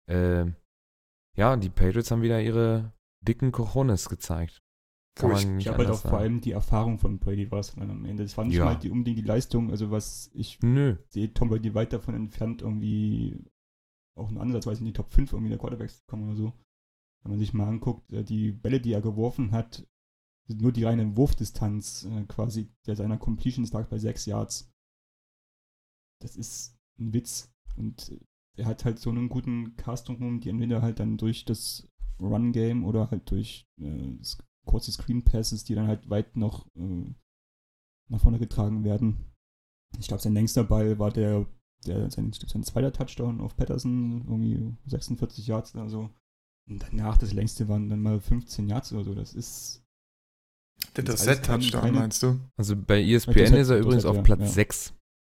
Ja, die Patriots haben wieder ihre dicken Cojones gezeigt. Ich habe halt auch vor allem die Erfahrung von Brady Ross am Ende. Das war nicht mal unbedingt die Leistung, also was ich sehe Tom Brady weit davon entfernt, irgendwie auch einen Ansatzweise in die Top 5 irgendwie der Quarterbacks zu kommen oder so. Wenn man sich mal anguckt, die Bälle, die er geworfen hat, sind nur die reine Wurfdistanz quasi, der seiner Completions lag bei 6 Yards. Das ist ein Witz. Und er hat halt so einen guten Cast drumherum, die entweder halt dann durch das Run-Game oder halt durch kurze Screen Passes, die dann halt weit noch nach vorne getragen werden. Ich glaube, sein längster Ball war sein 2. Touchdown auf Patterson, irgendwie 46 Yards oder so. Und danach, das längste waren dann mal 15 Yards oder so. Das ist... Der Set-Touchdown, meinst du? Also bei ESPN ist er übrigens auf Platz 6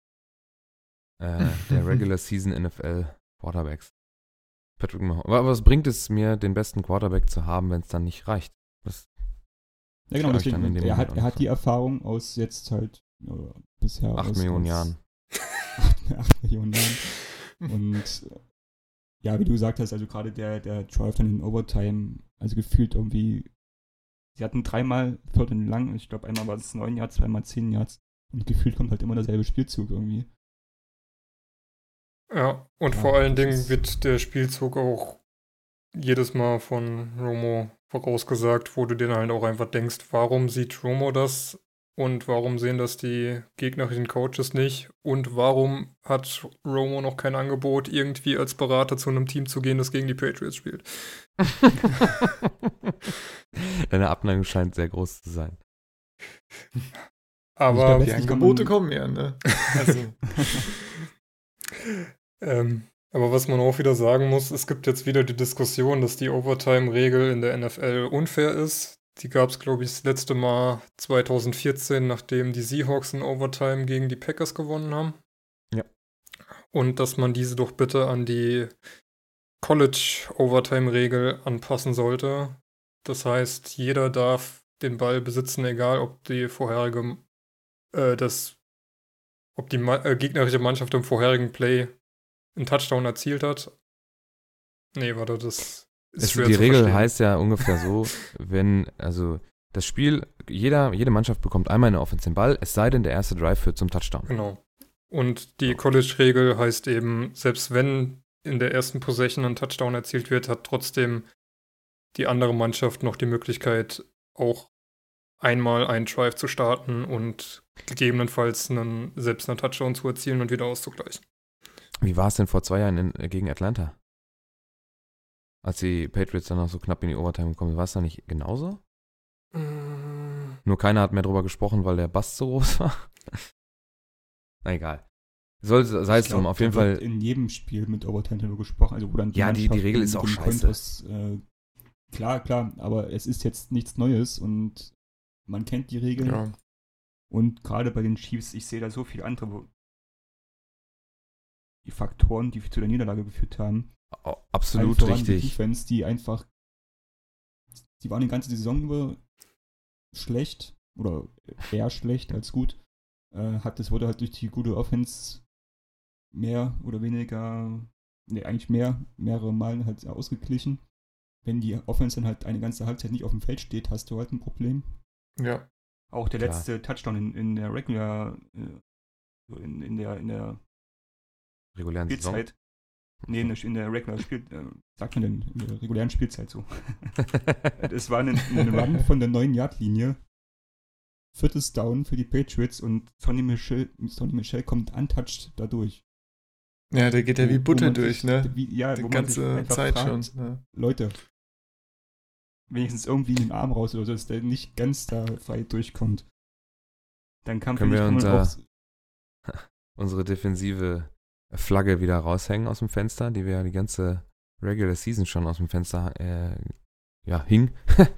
der Regular Season NFL Quarterbacks. Patrick Mahomes. Aber was bringt es mir, den besten Quarterback zu haben, wenn es dann nicht reicht? Ja, genau, deswegen, er hat die Erfahrung aus jetzt halt bisher 8 Millionen Jahren. 8 Millionen Jahren. Und ja, wie du gesagt hast, also gerade der Drive dann in Overtime, also gefühlt irgendwie sie hatten 3-mal 4. lang, ich glaube einmal war es 9 Yards, 2-mal 10 Yards und gefühlt kommt halt immer derselbe Spielzug irgendwie. Ja, und Ja, vor allen das Dingen ist- wird der Spielzug auch jedes Mal von Romo vorausgesagt, wo du dir halt auch einfach denkst, warum sieht Romo das und warum sehen das die gegnerischen Coaches nicht und warum hat Romo noch kein Angebot, irgendwie als Berater zu einem Team zu gehen, das gegen die Patriots spielt. Deine Abneigung scheint sehr groß zu sein. Aber glaub, Die letztlich kann Angebote man- kommen ja, ne? Also, aber was man auch wieder sagen muss, es gibt jetzt wieder die Diskussion, dass die Overtime-Regel in der NFL unfair ist. Die gab es, glaube ich, das letzte Mal 2014, nachdem die Seahawks in Overtime gegen die Packers gewonnen haben. Ja. Und dass man diese doch bitte an die College-Overtime-Regel anpassen sollte. Das heißt, jeder darf den Ball besitzen, egal ob die vorherige, ob die gegnerische Mannschaft im vorherigen Play einen Touchdown erzielt hat. Nee, warte, das ist schwer Die zu Regel verstehen. heißt ja ungefähr so, wenn, also das Spiel, jede Mannschaft bekommt einmal eine Offense den Ball, es sei denn, der erste Drive führt zum Touchdown. Genau. Und die College-Regel heißt eben, selbst wenn in der ersten Possession ein Touchdown erzielt wird, hat trotzdem die andere Mannschaft noch die Möglichkeit, auch einmal einen Drive zu starten und gegebenenfalls selbst einen Touchdown zu erzielen und wieder auszugleichen. Wie war es denn vor 2 Jahren gegen Atlanta? Als die Patriots dann noch so knapp in die Overtime gekommen sind, war es da nicht genauso? Nur keiner hat mehr drüber gesprochen, weil der Bass so groß war. Na egal. Sei es Ich drum, glaub, auf jeden da wird Fall. in jedem Spiel mit Overtime darüber gesprochen, also wo dann Ja, die Mannschaft Regel ist auch mit dem scheiße. Kontrast, klar, aber es ist jetzt nichts Neues und man kennt die Regeln. ja. Und gerade bei den Chiefs, ich sehe da so viele andere die Faktoren, die zu der Niederlage geführt haben. Absolut Allen voran Die richtig. Defense, die waren die ganze Saison über schlecht oder eher schlecht als gut. Das wurde halt durch die gute Offense mehr oder weniger, eigentlich mehrere Male halt ausgeglichen. Wenn die Offense dann halt eine ganze Halbzeit nicht auf dem Feld steht, hast du halt ein Problem. Ja. Auch der Klar. letzte Touchdown in der Regular, in der Regulären Saison. Spielzeit. Nee, in der Regular sagt man denn, in der regulären Spielzeit so. Es war ein Run von der 9-Yard-Linie. 4. Down für die Patriots und Sonny Michel kommt untouched dadurch. Ja, der geht ja wie Butter durch, ne? Die Die wo man sich ganze einfach Zeit fragt, schon. Ne? Leute, wenigstens irgendwie in den Arm raus oder so, dass der nicht ganz da frei durchkommt. Dann kann Können wir kann man unsere defensive Flagge wieder raushängen aus dem Fenster, die wir ja die ganze Regular Season schon aus dem Fenster hing.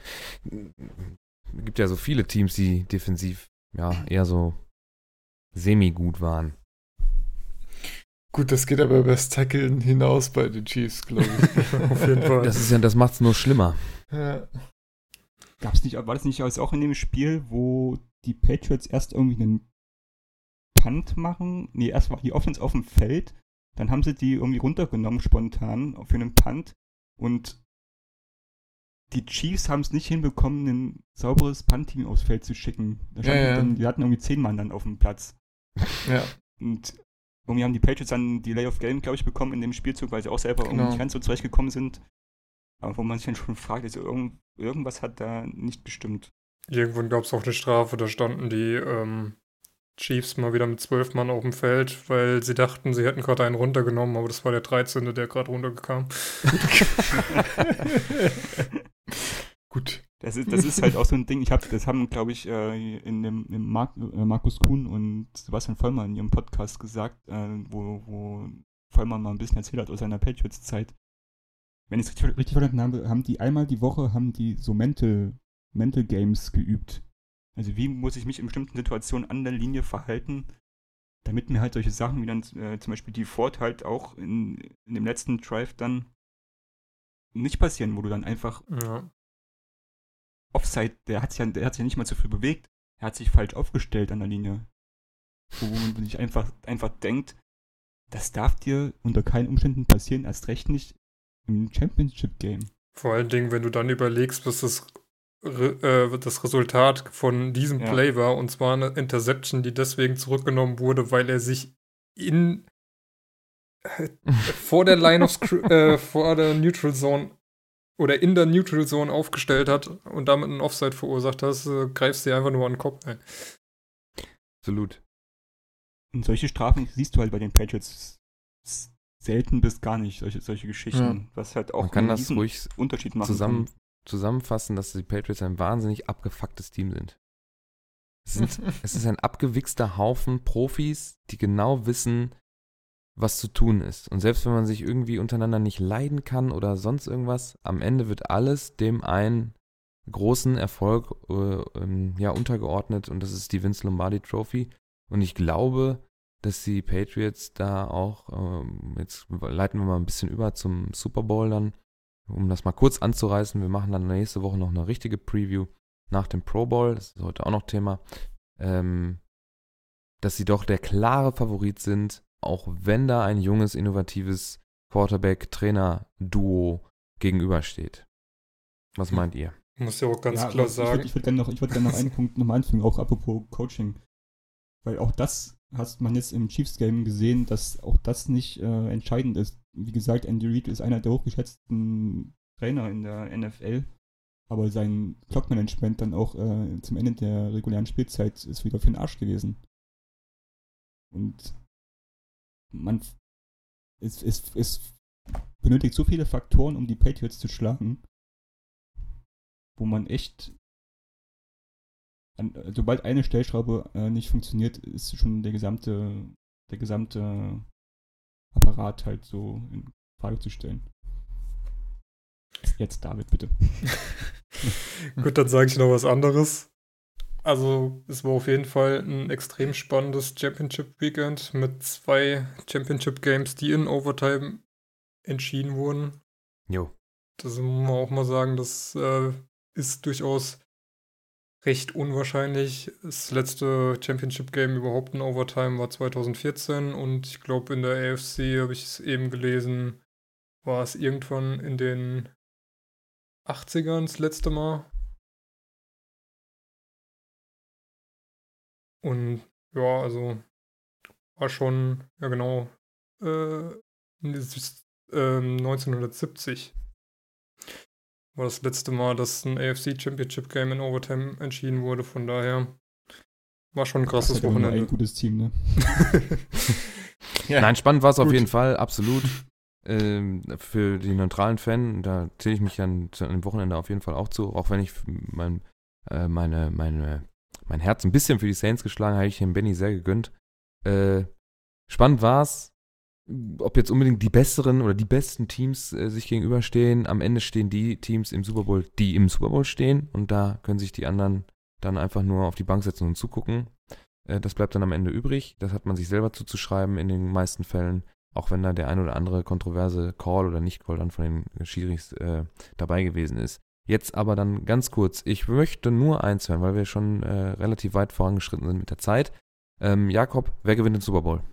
Es gibt ja so viele Teams, die defensiv eher so semi-gut waren. Gut, das geht aber über das Tackeln hinaus bei den Chiefs, glaube ich. Auf jeden Fall. Das macht's nur schlimmer. Ja. war das nicht auch in dem Spiel, wo die Patriots erst irgendwie einen Punt machen? Nee, erst war die Offense auf dem Feld, dann haben sie die irgendwie runtergenommen spontan für einen Punt und die Chiefs haben es nicht hinbekommen, ein sauberes Punt-Team aufs Feld zu schicken. Die hatten irgendwie 10 Mann dann auf dem Platz. Ja. Und irgendwie haben die Patriots dann die Delay of Game, glaube ich, bekommen in dem Spielzug, weil sie auch selber irgendwie nicht ganz so zurechtgekommen sind. Aber wo man sich dann schon fragt, also irgendwas hat da nicht gestimmt. Irgendwann gab es auch eine Strafe, da standen die Chiefs mal wieder mit 12 Mann auf dem Feld, weil sie dachten, sie hätten gerade einen runtergenommen, aber das war der 13., der gerade runtergekam. Gut. Das ist halt auch so ein Ding, das haben, glaube ich, im Markus Kuhn und Sebastian Vollmann in ihrem Podcast gesagt, wo Vollmann mal ein bisschen erzählt hat aus seiner Patriots-Zeit. Wenn ich es richtig verstanden habe, haben die einmal die Woche so Mental Games geübt. Also wie muss ich mich in bestimmten Situationen an der Linie verhalten, damit mir halt solche Sachen wie dann zum Beispiel die Ford halt auch in dem letzten Drive dann nicht passieren, wo du dann einfach Offside, der hat sich ja nicht mal so viel bewegt, er hat sich falsch aufgestellt an der Linie. Wo man sich einfach denkt, das darf dir unter keinen Umständen passieren, erst recht nicht im Championship-Game. Vor allen Dingen, wenn du dann überlegst, was das das Resultat von diesem Ja. Play war, und zwar eine Interception, die deswegen zurückgenommen wurde, weil er sich vor der vor der Neutral Zone oder in der Neutral Zone aufgestellt hat und damit einen Offside verursacht hat. Greifst dir einfach nur an den Kopf. Ey. Absolut. Und solche Strafen siehst du halt bei den Patriots selten bis gar nicht, solche Geschichten, was halt auch Man kann einen das riesen ruhig Unterschied machen kann. zusammenfassen, dass die Patriots ein wahnsinnig abgefucktes Team sind. Es ist ein abgewichster Haufen Profis, die genau wissen, was zu tun ist. Und selbst wenn man sich irgendwie untereinander nicht leiden kann oder sonst irgendwas, am Ende wird alles dem einen großen Erfolg untergeordnet, und das ist die Vince Lombardi Trophy. Und ich glaube, dass die Patriots da auch, jetzt leiten wir mal ein bisschen über zum Super Bowl dann, um das mal kurz anzureißen. Wir machen dann nächste Woche noch eine richtige Preview nach dem Pro Bowl, das ist heute auch noch Thema, dass sie doch der klare Favorit sind, auch wenn da ein junges, innovatives Quarterback-Trainer-Duo gegenübersteht. Was meint ihr? Ich muss ja auch ganz Ja, klar aber sagen. Ich würde gerne noch einen Punkt nochmal anfügen, auch apropos Coaching. Weil auch das hat man jetzt im Chiefs-Game gesehen, dass auch das nicht entscheidend ist. Wie gesagt, Andy Reid ist einer der hochgeschätzten Trainer in der NFL, aber sein Clock-Management dann auch zum Ende der regulären Spielzeit ist wieder für den Arsch gewesen. Und es benötigt so viele Faktoren, um die Patriots zu schlagen, wo man echt, sobald eine Stellschraube nicht funktioniert, ist schon der gesamte Apparat halt so in Frage zu stellen. Jetzt David, bitte. Gut, dann sage ich noch was anderes. Also, es war auf jeden Fall ein extrem spannendes Championship-Weekend mit 2 Championship-Games, die in Overtime entschieden wurden. Jo. Das muss man auch mal sagen, das ist durchaus recht unwahrscheinlich. Das letzte Championship-Game überhaupt in Overtime war 2014 und ich glaube, in der AFC habe ich es eben gelesen, war es irgendwann in den 80ern das letzte Mal. Und ja, also war schon, ja genau, 1970 war das letzte Mal, dass ein AFC Championship Game in Overtime entschieden wurde. Von daher war schon ein krasses Das ist halt immer nur Wochenende. ein gutes Team, ne? Ja, Nein, spannend war es auf gut. jeden Fall, absolut. Für die neutralen Fan, da zähle ich mich dann zu einem Wochenende auf jeden Fall auch zu, auch wenn ich mein Herz ein bisschen für die Saints geschlagen habe, ich dem Benny sehr gegönnt. Spannend war es, ob jetzt unbedingt die besseren oder die besten Teams sich gegenüberstehen. Am Ende stehen die Teams im Super Bowl, die im Super Bowl stehen, und da können sich die anderen dann einfach nur auf die Bank setzen und zugucken. Das bleibt dann am Ende übrig. Das hat man sich selber zuzuschreiben in den meisten Fällen, auch wenn da der ein oder andere kontroverse Call oder Nicht-Call dann von den Schiris dabei gewesen ist. Jetzt aber dann ganz kurz, ich möchte nur eins hören, weil wir schon relativ weit vorangeschritten sind mit der Zeit. Jakob, wer gewinnt den Super Bowl?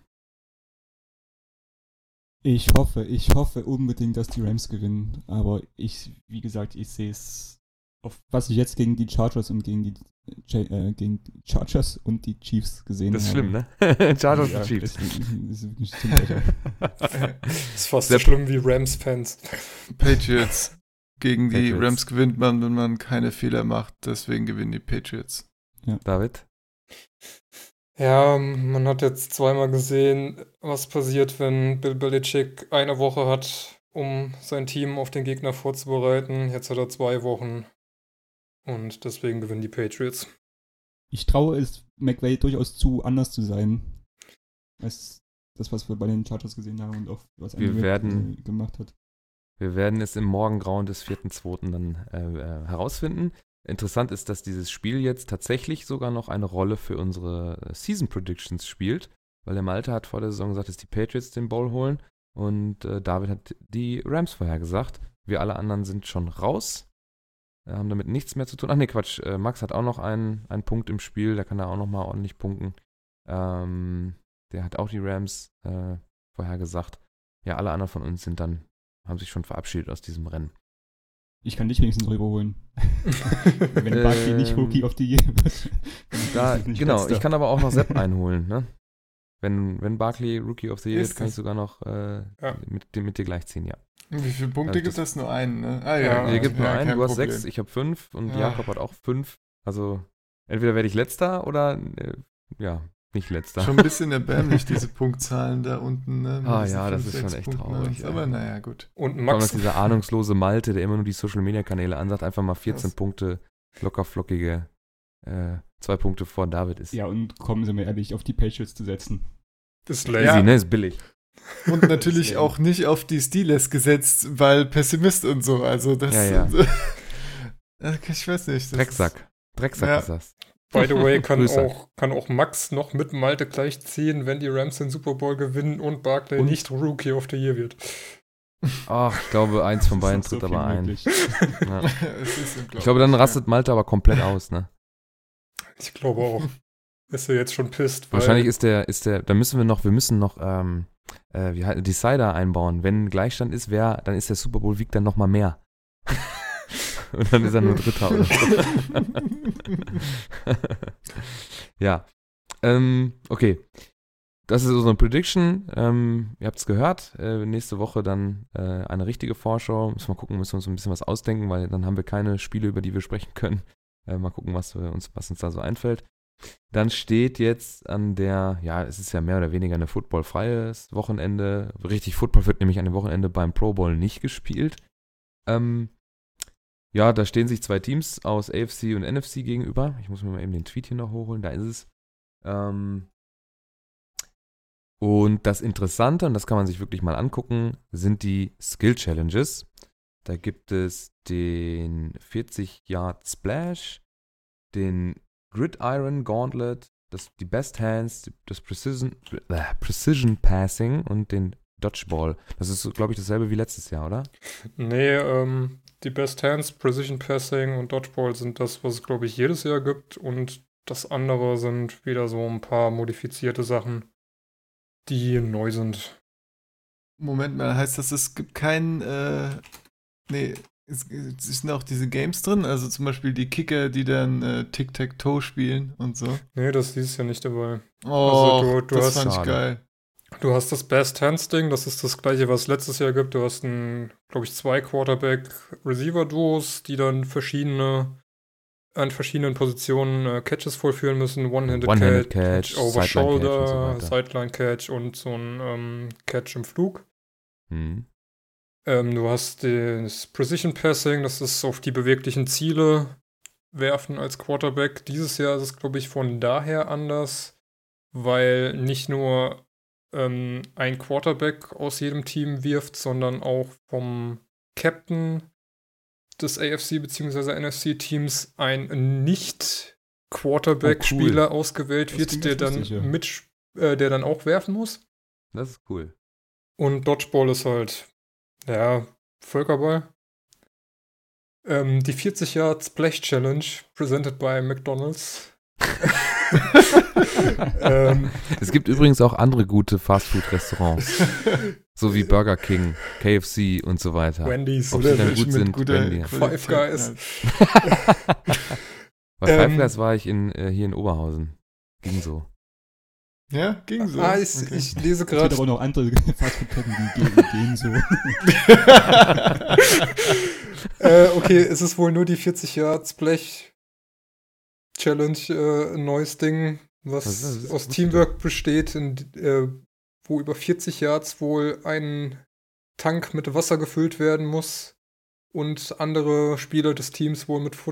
Ich hoffe unbedingt, dass die Rams gewinnen, aber wie gesagt, ich sehe es, auf was ich jetzt gegen die Chargers und gegen die Chargers und die Chiefs gesehen habe. Das ist schlimm, ne? Chargers Ja, und Chiefs. Das ist wirklich zum Alter. Das ist fast so schlimm wie Rams-Fans. Patriots. Gegen die Patriots. Rams gewinnt man, wenn man keine Fehler macht. Deswegen gewinnen die Patriots. David? Ja, man hat jetzt zweimal gesehen, was passiert, wenn Bill Belichick eine Woche hat, um sein Team auf den Gegner vorzubereiten. Jetzt hat er 2 Wochen und deswegen gewinnen die Patriots. Ich traue es McVay durchaus zu, anders zu sein, als das, was wir bei den Chargers gesehen haben und auch was Wir Andy Reid, werden- gemacht hat. Wir werden es im Morgengrauen des 4.2. dann herausfinden. Interessant ist, dass dieses Spiel jetzt tatsächlich sogar noch eine Rolle für unsere Season Predictions spielt, weil der Malte hat vor der Saison gesagt, dass die Patriots den Bowl holen, und David hat die Rams vorhergesagt. Wir alle anderen sind schon raus, haben damit nichts mehr zu tun. Ach nee, Quatsch, Max hat auch noch einen Punkt im Spiel, da kann er auch noch mal ordentlich punkten. Der hat auch die Rams vorhergesagt. Ja, alle anderen von uns haben sich schon verabschiedet aus diesem Rennen. Ich kann dich wenigstens rüberholen. Wenn Barkley nicht Rookie of the Year wird. Genau, ich kann aber auch noch Sepp einholen, ne? Wenn Barkley Rookie of the Year wird, kann ich sogar noch mit dir gleichziehen, ja. Wie viele Punkte gibt es? Nur einen, ne? Ah Ja, Hier gibt nur einen, kein du hast Problem. 6, ich habe 5 und Ja. Jakob hat auch 5. Also entweder werde ich letzter oder nicht letzter. Schon ein bisschen erbärmlich, diese Punktzahlen da unten, ne? Mit Ah diesen ja, das 5, ist schon 6 echt Punkten traurig, und so. ey. Aber naja, gut. Und Vor allem Max, ist dieser ahnungslose Malte, der immer nur die Social-Media-Kanäle ansagt, einfach mal 14 Krass. Punkte lockerflockige 2 Punkte vor David ist. Ja, und kommen Sie mir ehrlich, auf die Patriots zu setzen. ist Easy, lazy. ne? Ist billig. Und natürlich Deswegen. auch nicht auf die Steelers gesetzt, weil Pessimist und so. Also das. Ja. Ich weiß nicht. Das Drecksack. Drecksack Ja. ist das. By the way, kann Grüße. auch Max noch mit Malte gleichziehen, wenn die Rams den Super Bowl gewinnen und Barkley Und? nicht Rookie of the Year wird. Ach, ich glaube, eins von Das beiden ist noch tritt so aber viel ein. möglich. Ja. Es ist Ich glaube, dann rastet Malte aber komplett aus, ne? Ich glaube auch. Ist er jetzt schon pisst. Wahrscheinlich ist der, da müssen wir müssen noch Decider einbauen. Wenn Gleichstand ist, dann ist der Super Bowl wiegt dann nochmal mehr. Und dann ist er nur Dritter oder so. Ja. Okay. Das ist unsere Prediction. Ihr habt es gehört. Nächste Woche dann eine richtige Vorschau. Müssen wir gucken, müssen wir uns ein bisschen was ausdenken, weil dann haben wir keine Spiele, über die wir sprechen können. Mal gucken, was uns da so einfällt. Dann steht jetzt es ist ja mehr oder weniger eine footballfreies Wochenende. Richtig Football wird nämlich an dem Wochenende beim Pro Bowl nicht gespielt. Da stehen sich 2 Teams aus AFC und NFC gegenüber. Ich muss mir mal eben den Tweet hier noch hochholen, da ist es. Und das Interessante, und das kann man sich wirklich mal angucken, sind die Skill Challenges. Da gibt es den 40-Yard-Splash, den Gridiron Gauntlet, die Best Hands, das Precision Passing und den Dodgeball. Das ist, glaube ich, dasselbe wie letztes Jahr, oder? Nee, die Best Hands, Precision Passing und Dodgeball sind das, was es, glaube ich, jedes Jahr gibt. Und das andere sind wieder so ein paar modifizierte Sachen, die neu sind. Moment mal, heißt das, es gibt keinen. Es sind auch diese Games drin, also zum Beispiel die Kicker, die dann Tic-Tac-Toe spielen und so. Nee, das ist dieses Jahr nicht dabei. Oh, Also du das hast- fand ich Schade. geil. Du hast das Best Hands Ding, das ist das gleiche, was es letztes Jahr gibt. Du hast glaube ich, 2 Quarterback-Receiver-Duos, die dann an verschiedenen Positionen Catches vollführen müssen. One-Handed Catch, Over Sideline Catch und so Shoulder, weiter. Sideline Catch und so ein Catch im Flug. Mhm. Du hast das Precision Passing, das ist auf die beweglichen Ziele werfen als Quarterback. Dieses Jahr ist es, glaube ich, von daher anders, weil nicht nur ein Quarterback aus jedem Team wirft, sondern auch vom Captain des AFC bzw. NFC-Teams ein Nicht-Quarterback-Spieler ausgewählt Das wird, klingt der ganz dann lustig, der dann auch werfen muss. Das ist cool. Und Dodgeball ist halt, Völkerball. Die 40-Yard-Splash Challenge, presented by McDonald's. Es gibt übrigens auch andere gute Fastfood-Restaurants. So wie Burger King, KFC und so weiter. Wendy's. Ob sie dann gut mit sind, guter wenn die. Qualität, Five Guys. halt. Bei Five Guys war ich hier in Oberhausen. Ging so. Ja, ging so. Ich lese Es gibt gerade. aber auch noch andere Fastfood-Ketten, die gehen so. Okay, es ist wohl nur die 40-Yard-Splash Challenge, ein neues Ding, was Was ist das? aus Wusste ich Teamwork besteht, wo über 40 Yards wohl ein Tank mit Wasser gefüllt werden muss und andere Spieler des Teams wohl mit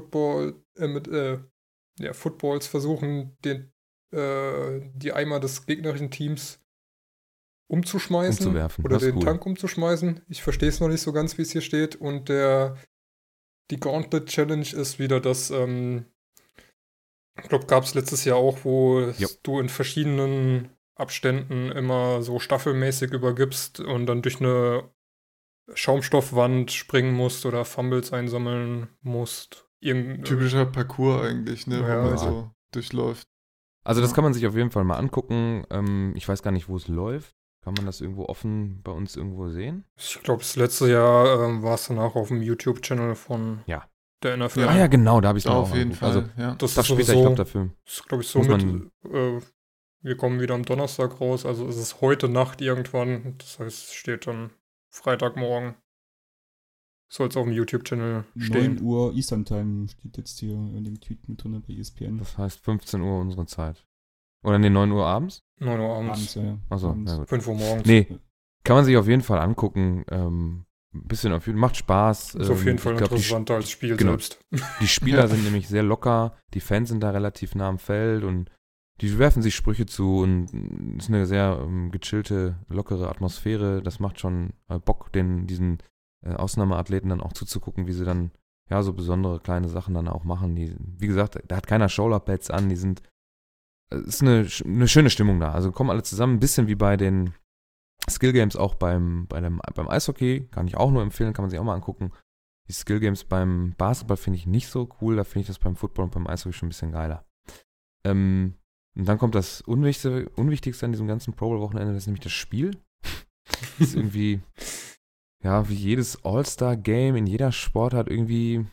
Footballs versuchen, die Eimer des gegnerischen Teams umzuschmeißen Umzuwerfen, oder das ist den cool. Tank umzuschmeißen. Ich verstehe es noch nicht so ganz, wie es hier steht. Und die Gauntlet Challenge ist wieder das, ich glaube, gab es letztes Jahr auch, wo du in verschiedenen Abständen immer so staffelmäßig übergibst und dann durch eine Schaumstoffwand springen musst oder Fumbles einsammeln musst. Typischer Parcours eigentlich, ne, Ja, wo man ja. so durchläuft. Also das Ja. kann man sich auf jeden Fall mal angucken. Ich weiß gar nicht, wo es läuft. Kann man das irgendwo offen bei uns irgendwo sehen? Ich glaube, das letzte Jahr war es danach auf dem YouTube-Channel von Ja. der NFL. Ja. Ah ja, genau, da habe ich es Da noch auf jeden Fall, Also, ja. Das Tag ist später, ich sowieso, glaube, dafür. ist, glaube ich, so muss mit, wir kommen wieder am Donnerstag raus, also es ist heute Nacht irgendwann, das heißt, es steht dann Freitagmorgen. Soll es auf dem YouTube-Channel 9 stehen. Uhr Eastern Time steht jetzt hier in dem Tweet mit drin bei ESPN. Das heißt 15 Uhr unsere Zeit. Oder nee, 9 Uhr abends? 9 Uhr abends, Abends, ja. Achso, Abends. na gut. 5 Uhr morgens. Nee, kann man sich auf jeden Fall angucken. Ein bisschen macht Spaß. Ist auf jeden Fall ich glaub, interessanter als Spiel genau. selbst. Die Spieler sind nämlich sehr locker, die Fans sind da relativ nah am Feld und die werfen sich Sprüche zu und es ist eine sehr gechillte, lockere Atmosphäre. Das macht schon Bock, diesen Ausnahmeathleten dann auch zuzugucken, wie sie dann ja so besondere kleine Sachen dann auch machen. Die, wie gesagt, da hat keiner Shoulderpads an, es ist eine schöne Stimmung da. Also kommen alle zusammen, ein bisschen wie bei den Skill Games auch beim Eishockey, kann ich auch nur empfehlen, kann man sich auch mal angucken. Die Skill Games beim Basketball finde ich nicht so cool, da finde ich das beim Football und beim Eishockey schon ein bisschen geiler. Und dann kommt das Unwichtigste an diesem ganzen Pro Bowl-Wochenende, das ist nämlich das Spiel. Das ist irgendwie, ja, wie jedes All-Star-Game in jeder Sportart irgendwie.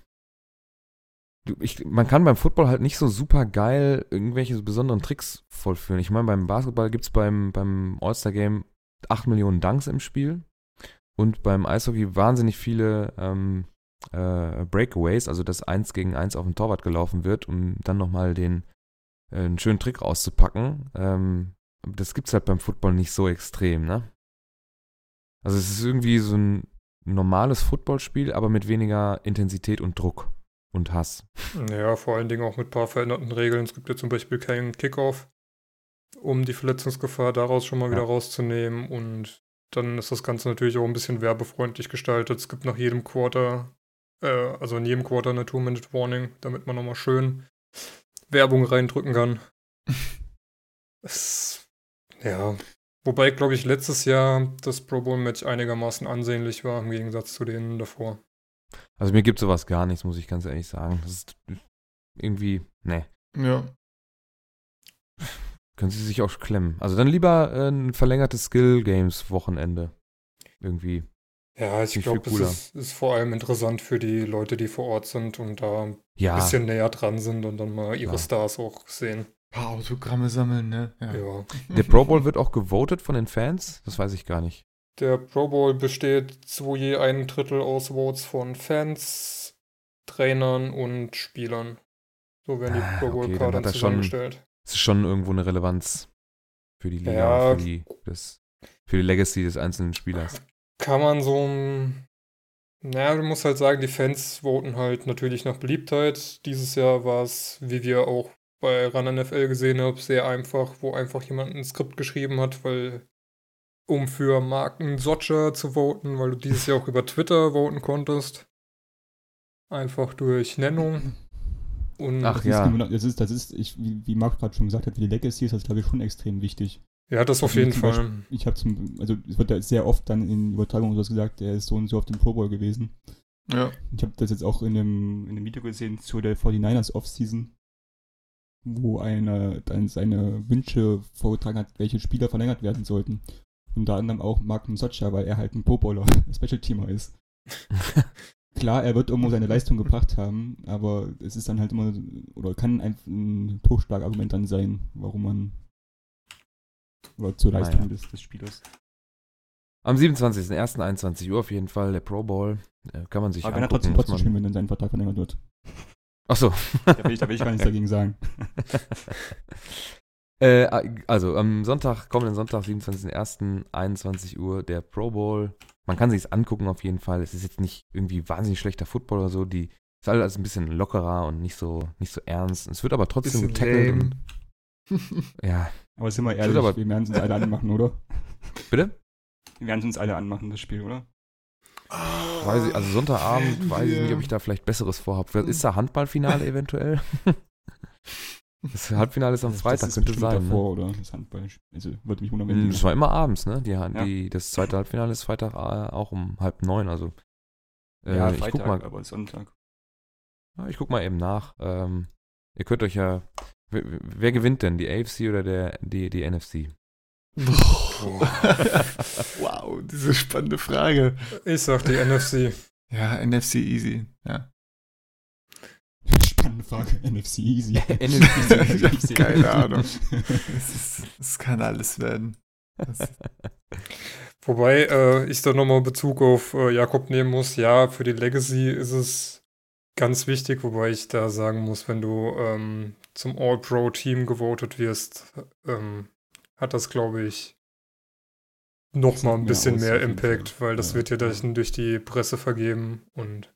Man kann beim Football halt nicht so super geil irgendwelche besonderen Tricks vollführen. Ich meine, beim Basketball gibt es beim All-Star-Game 8 Millionen Dunks im Spiel und beim Eishockey wahnsinnig viele Breakaways, also dass 1 gegen 1 auf den Torwart gelaufen wird, um dann nochmal einen schönen Trick rauszupacken. Das gibt's halt beim Football nicht so extrem, ne? Also es ist irgendwie so ein normales Footballspiel, aber mit weniger Intensität und Druck und Hass. Ja, vor allen Dingen auch mit ein paar veränderten Regeln. Es gibt ja zum Beispiel keinen Kickoff, um die Verletzungsgefahr daraus schon mal wieder rauszunehmen. Und dann ist das Ganze natürlich auch ein bisschen werbefreundlich gestaltet. Es gibt nach jedem Quarter, also in jedem Quarter eine 2-Minute-Warning, damit man nochmal schön Werbung reindrücken kann. Ja, wobei, glaube ich, letztes Jahr das Pro Bowl-Match einigermaßen ansehnlich war, im Gegensatz zu denen davor. Also mir gibt sowas gar nichts, muss ich ganz ehrlich sagen. Das ist irgendwie, ne. Ja. Können sie sich auch klemmen. Also dann lieber ein verlängertes Skill-Games-Wochenende. Irgendwie. Ja, ich glaube, es ist vor allem interessant für die Leute, die vor Ort sind und da ein bisschen näher dran sind und dann mal ihre Stars auch sehen. Ein paar Autogramme sammeln, ne? Ja. Der Pro Bowl wird auch gewotet von den Fans? Das weiß ich gar nicht. Der Pro Bowl besteht zu je 1/3 aus Votes von Fans, Trainern und Spielern. So werden die Pro Bowl-Karten zusammengestellt. Das ist schon irgendwo eine Relevanz für die Liga, Ja, für die Legacy des einzelnen Spielers. Kann man so naja, du musst halt sagen, die Fans voten halt natürlich nach Beliebtheit. Dieses Jahr war es, wie wir auch bei Run NFL gesehen haben, sehr einfach, wo einfach jemand ein Skript geschrieben hat, um für Marken Socha zu voten, weil du dieses Jahr auch über Twitter voten konntest. Einfach durch Nennung. Und Ach das ist wie Marc gerade schon gesagt hat, für die Legacy ist das, glaube ich, schon extrem wichtig. ja, das auf jeden Fall. Ich habe es wird ja sehr oft dann in Übertragungen sowas gesagt, er ist so und so auf dem Pro Bowl gewesen. Ja. Ich habe das jetzt auch in einem Video gesehen zu der 49ers Offseason, wo einer dann seine Wünsche vorgetragen hat, welche Spieler verlängert werden sollten. Unter anderem auch Mark Socha, weil er halt ein Pro Bowler, Special-Teamer ist. Klar, er wird irgendwo seine Leistung gebracht haben, aber es ist dann halt immer, oder kann ein Totschlagargument dann sein, warum man, oder zur Leistung des Spielers. Am 27.01.21 Uhr auf jeden Fall der Pro Bowl. Kann man sich aber angucken. trotzdem schön, wenn dann sein Vertrag verlängert wird. Achso. Da will ich gar nichts dagegen sagen. Also am kommenden Sonntag, 27.01.21 Uhr, der Pro Bowl. Man kann sich es angucken auf jeden Fall. Es ist jetzt nicht irgendwie wahnsinnig schlechter Football oder so. Ist alles ein bisschen lockerer und nicht so ernst. Es wird aber trotzdem getackelt. Ja. Aber sind wir ehrlich, wir werden es uns alle anmachen, oder? Bitte? Wir werden es uns alle anmachen, das Spiel, oder? Also Sonntagabend weiß ich nicht, ob ich da vielleicht Besseres vorhabe. Ist da Handballfinale eventuell? Das Halbfinale ist am Freitag, könnte sein. Davor, oder das Handball, also würde mich wundern, wenn das war immer abends, ne? Das zweite Halbfinale ist Freitag auch um 8:30, also. Ja, Freitag, ich guck mal, aber Sonntag. Ich guck mal eben nach. Ihr könnt euch ja. Wer gewinnt denn? Die AFC oder die NFC? Wow, diese spannende Frage. Ich sag die NFC. Ja, NFC easy. Ja. Spannende Frage. NFC easy. Ich hab keine Ahnung. Es kann alles werden. Wobei ich da nochmal Bezug auf Jakob nehmen muss. Ja, für die Legacy ist es ganz wichtig, wobei ich da sagen muss, wenn du zum All-Pro-Team gewotet wirst, hat das, glaube ich, nochmal ein bisschen mehr Impact, weil das wird ja dann durch die Presse vergeben und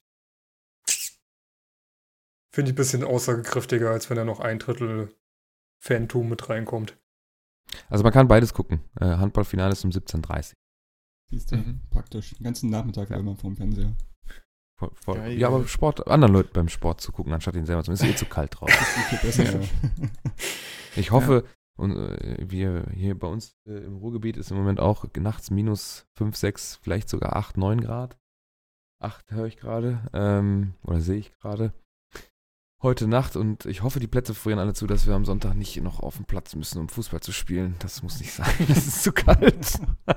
finde ich ein bisschen aussagekräftiger, als wenn da noch 1/3 Fantum mit reinkommt. Also man kann beides gucken. Handballfinale ist um 17:30 Siehst du, praktisch. Den ganzen Nachmittag war immer vorm Fernseher. Geil. Ja, aber anderen Leuten beim Sport zu gucken, anstatt ihn selber zu. Ist zu kalt draußen. Das ist viel besser, ja. Ich hoffe, und wir hier bei uns im Ruhrgebiet ist im Moment auch nachts minus 5, 6, vielleicht sogar 8, 9 Grad. 8 höre ich gerade, oder sehe ich gerade. Heute Nacht, und ich hoffe, die Plätze frieren alle zu, dass wir am Sonntag nicht noch auf den Platz müssen, um Fußball zu spielen. Das muss nicht sein, das ist zu kalt.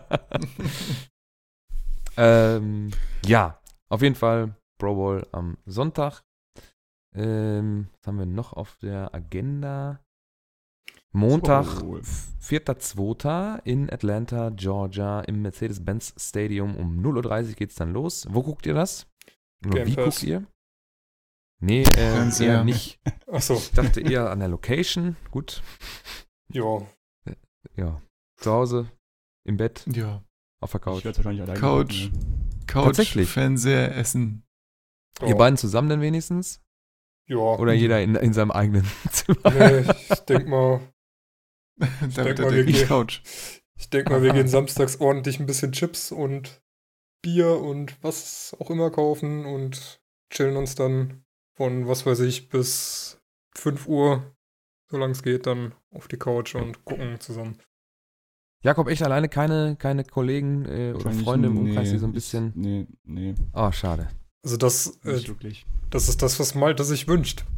Ja, auf jeden Fall Pro Bowl am Sonntag. Was haben wir noch auf der Agenda? Montag, Super Bowl. 4.2. in Atlanta, Georgia, im Mercedes-Benz Stadium. Um 0:30 Uhr geht es dann los. Wo guckt ihr das? Oder Game wie Pass. guckt ihr? Nee, Fernseher. eher nicht. Achso, Ich dachte eher an der Location. Gut, ja. ja. Zu Hause, im Bett, Ja. auf der Ich Couch. werde wahrscheinlich alleine Couch. gucken, Couch, Tatsächlich. Fernseher, Essen. Ja. Ihr beiden zusammen dann wenigstens? Ja. Oder jeder in seinem eigenen Zimmer? Nee, ich denke mal, Damit denk hat mal, er wir die gehen- Couch. wir gehen samstags ordentlich ein bisschen Chips und Bier und was auch immer kaufen und chillen uns dann von, was weiß ich, bis 5 Uhr, solange es geht, dann auf die Couch und gucken zusammen. Jakob, echt alleine keine Kollegen oder Wahrscheinlich, Freunde im nee, Umkreis, die so ein bisschen. Nee, Oh, schade. Also das nicht wirklich. ist das, was Malte sich wünscht.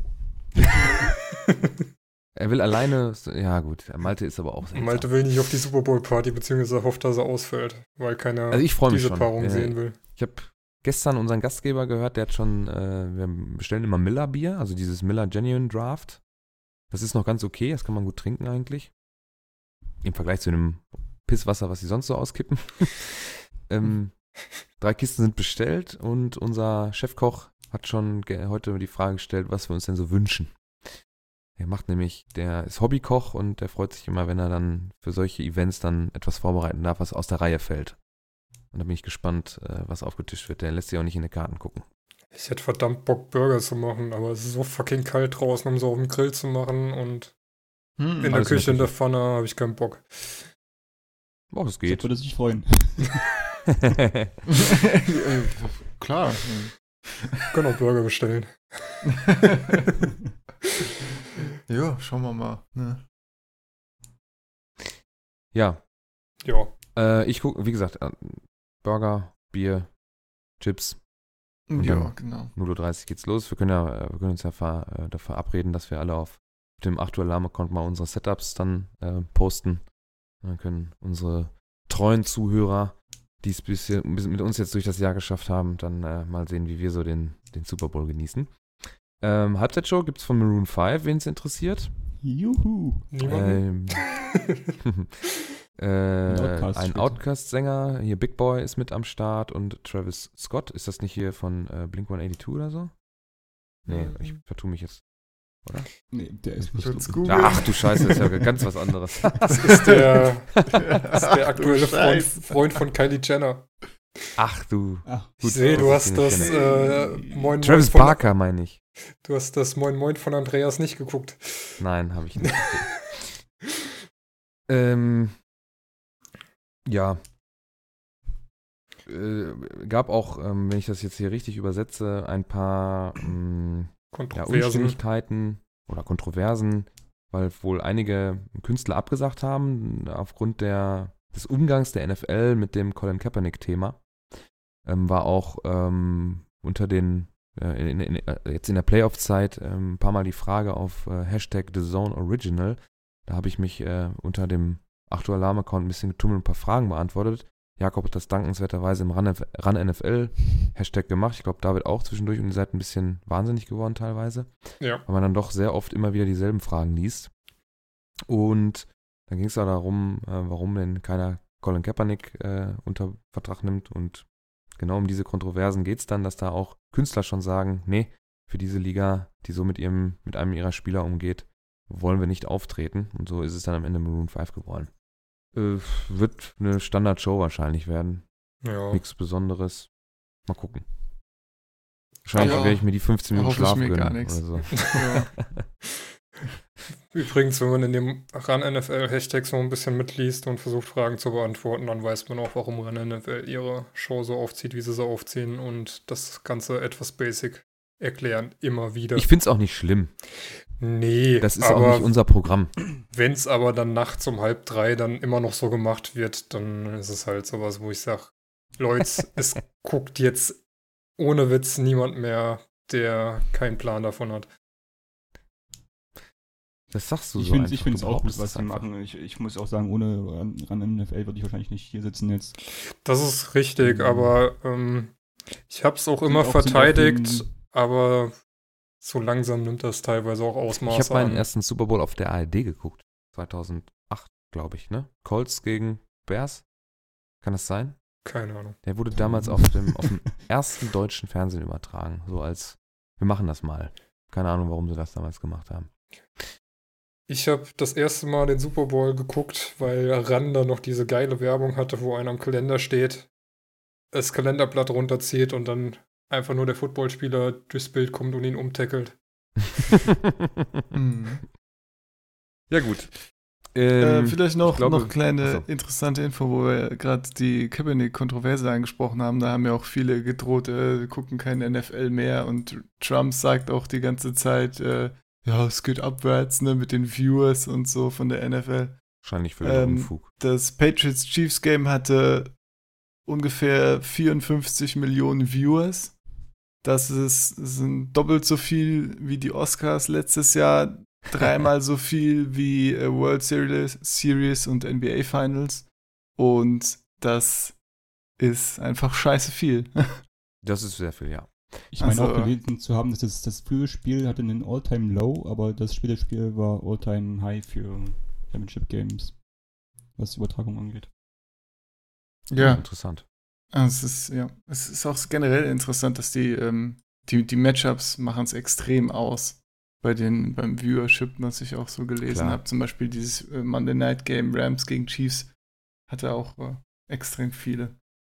Er will alleine. Ja, gut. Malte ist aber auch seltsam. Malte will nicht auf die Super Bowl Party, beziehungsweise hofft, dass er ausfällt, weil keiner Also ich freue mich diese schon. Paarung sehen will. Ich habe gestern unseren Gastgeber gehört, der hat schon, wir bestellen immer Miller-Bier, also dieses Miller Genuine Draft. Das ist noch ganz okay, das kann man gut trinken eigentlich. Im Vergleich zu einem Pisswasser, was sie sonst so auskippen. 3 Kisten sind bestellt und unser Chefkoch hat schon heute die Frage gestellt, was wir uns denn so wünschen. Der ist Hobbykoch und der freut sich immer, wenn er dann für solche Events dann etwas vorbereiten darf, was aus der Reihe fällt. Und da bin ich gespannt, was aufgetischt wird. Der lässt sich auch nicht in die Karten gucken. Ich hätte verdammt Bock, Burger zu machen, aber es ist so fucking kalt draußen, um so auf dem Grill zu machen und in der Alles in der Küche, in der Küche. Pfanne habe ich keinen Bock. Oh, das So geht. würde sich freuen. Klar. Können auch Burger bestellen. Ja, schauen wir mal. Ne? Ja, Ja, ich gucke, wie gesagt, Burger, Bier, Chips. Und Ja, dann genau. 0:30 Uhr geht's los. Wir können uns ja da verabreden, dass wir alle auf dem 8 Uhr Alarm-Account mal unsere Setups dann posten. Und dann können unsere treuen Zuhörer, die es bisher mit uns jetzt durch das Jahr geschafft haben, dann mal sehen, wie wir so den Super Bowl genießen. Halbzeitshow gibt's von Maroon 5, wen es interessiert. Juhu. niemand. Outcast Ein später. Outcast-Sänger, hier Big Boy ist mit am Start und Travis Scott. Ist das nicht hier von Blink-182 oder so? Nee, ich vertue mich jetzt. Nee, der ist nicht Kurz so. googeln. Ja, ach du Scheiße, das ist ja ganz was anderes. Das ist der Der aktuelle Freund von Kylie Jenner. Ach du. Ach, Ich sehe, du das hast ist das nicht Moin Travis Moin von, Barker meine ich. du hast das Moin Moin von Andreas nicht geguckt. Nein, habe ich nicht. Ja. Gab auch, wenn ich das jetzt hier richtig übersetze, ein paar Kontroversen. Unstimmigkeiten oder Kontroversen, weil wohl einige Künstler abgesagt haben aufgrund des Umgangs der NFL mit dem Colin Kaepernick-Thema. War auch unter den jetzt in der Playoff-Zeit ein paar Mal die Frage auf #TheZoneOriginal. Da habe ich mich unter dem Achtu-Alarm-Account ein bisschen getummelt und ein paar Fragen beantwortet. Jakob hat das dankenswerterweise im Run-NFL-Hashtag gemacht. Ich glaube, David auch zwischendurch und ihr seid ein bisschen wahnsinnig geworden teilweise. Ja. Weil man dann doch sehr oft immer wieder dieselben Fragen liest. Und dann ging es auch darum, warum denn keiner Colin Kaepernick unter Vertrag nimmt. Und genau um diese Kontroversen geht es dann, dass da auch Künstler schon sagen, nee, für diese Liga, die so mit einem ihrer Spieler umgeht, wollen wir nicht auftreten. Und so ist es dann am Ende Maroon 5 geworden. Wird eine Standard-Show wahrscheinlich werden. Ja. Nichts Besonderes. Mal gucken. Wahrscheinlich Ja, werde ich mir die 15 Minuten hoffe ich Schlaf mir gar gönnen nichts. oder so. Ja. Übrigens, wenn man in dem Run-NFL-Hashtag so ein bisschen mitliest und versucht, Fragen zu beantworten, dann weiß man auch, warum Run-NFL ihre Show so aufzieht, wie sie so aufziehen und das Ganze etwas basic erklären, immer wieder. Ich finde es auch nicht schlimm. Nee, Das ist auch nicht unser Programm. wenn es aber dann nachts um 2:30 dann immer noch so gemacht wird, dann ist es halt sowas, wo ich sage, Leute, es guckt jetzt ohne Witz niemand mehr, der keinen Plan davon hat. Das sagst du Ich so finde einfach. es Du auch gut, behauptest was es sie einfach. machen. Ich muss auch sagen, ohne Run NFL würde ich wahrscheinlich nicht hier sitzen jetzt. Das ist richtig, aber ich habe es auch immer Sind auch verteidigt, ein- aber so langsam nimmt das teilweise auch Ausmaße Ich habe meinen an. ersten Super Bowl auf der ARD geguckt. 2008, glaube ich, ne? Colts gegen Bears. Kann das sein? Keine Ahnung. Der wurde damals auf dem ersten deutschen Fernsehen übertragen. So als, wir machen das mal. Keine Ahnung, warum sie das damals gemacht haben. Ich habe das erste Mal den Super Bowl geguckt, weil Ran da noch diese geile Werbung hatte, wo einer am Kalender steht, das Kalenderblatt runterzieht und dann einfach nur der Footballspieler durchs Bild kommt und ihn umtackelt. Mhm. Ja, gut. Vielleicht noch, ich glaube- noch kleine achso. interessante Info, wo wir gerade die Kaepernick-Kontroverse angesprochen haben. Da haben ja auch viele gedroht, wir gucken kein NFL mehr. Und Trump sagt auch die ganze Zeit, ja, es geht abwärts, ne, mit den Viewers und so von der NFL. Wahrscheinlich völliger Ähm, Unfug. Das Patriots-Chiefs-Game hatte ungefähr 54 Millionen Viewers. Sind doppelt so viel wie die Oscars letztes Jahr, dreimal so viel wie World Series und NBA Finals. Und das ist einfach scheiße viel. Das ist sehr viel, ja. Ich meine Also- auch gelesen zu haben, dass das frühe Spiel hatte einen All-Time-Low, aber das späte Spiel war All-Time-High für Championship Games, was die Übertragung angeht. Interessant. Also es ist auch generell interessant, dass die Matchups machen es extrem aus beim Viewership, was ich auch so gelesen Klar. habe. Zum Beispiel dieses Monday Night Game Rams gegen Chiefs hatte auch extrem viele.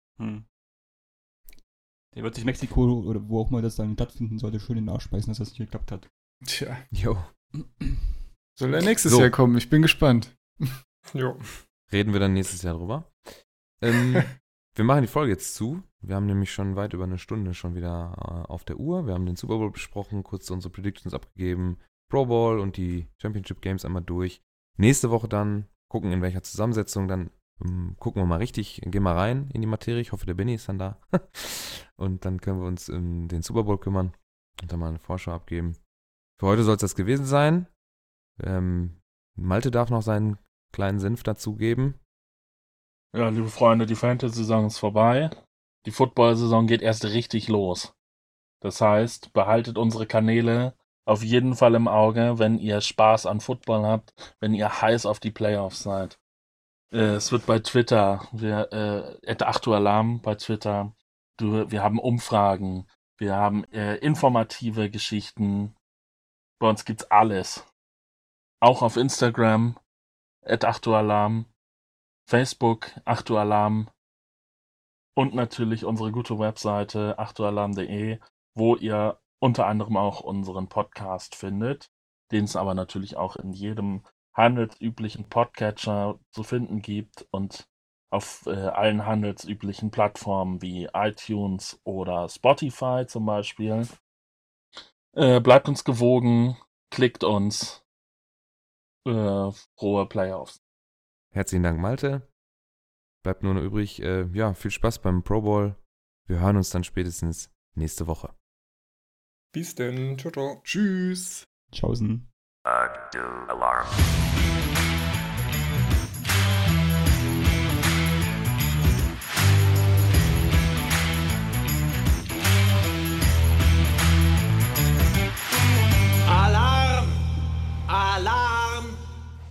Der wird sich Mexiko oder wo auch mal das dann stattfinden sollte, schön in den Arsch beißen, dass das nicht geklappt hat. Tja, Jo. soll er nächstes So. Jahr kommen? Ich bin gespannt. Jo. Reden wir dann nächstes Jahr drüber. Wir machen die Folge jetzt zu. Wir haben nämlich schon weit über eine Stunde schon wieder auf der Uhr. Wir haben den Super Bowl besprochen, kurz unsere Predictions abgegeben, Pro Bowl und die Championship Games einmal durch. Nächste Woche dann gucken, in welcher Zusammensetzung, dann gucken wir mal richtig, gehen mal rein in die Materie. Ich hoffe, der Benny ist dann da. Und dann können wir uns um den Super Bowl kümmern und dann mal eine Vorschau abgeben. Für heute soll es das gewesen sein. Malte darf noch seinen kleinen Senf dazugeben. Ja, liebe Freunde, die Fantasy-Saison ist vorbei. Die Football-Saison geht erst richtig los. Das heißt, behaltet unsere Kanäle auf jeden Fall im Auge, wenn ihr Spaß an Football habt, wenn ihr heiß auf die Playoffs seid. Es wird bei Twitter, @achtualarm bei Twitter, wir haben Umfragen, wir haben informative Geschichten. Bei uns gibt's alles. Auch auf Instagram, @achtualarm. Facebook, Achtualarm und natürlich unsere gute Webseite achtualarm.de, wo ihr unter anderem auch unseren Podcast findet, den es aber natürlich auch in jedem handelsüblichen Podcatcher zu finden gibt und auf allen handelsüblichen Plattformen wie iTunes oder Spotify zum Beispiel. Bleibt uns gewogen, klickt uns, frohe Playoffs. Herzlichen Dank, Malte. Bleibt nur noch übrig, viel Spaß beim Pro Bowl. Wir hören uns dann spätestens nächste Woche. Bis denn. Ciao, ciao. Tschüss. Tschaußen. Alarm.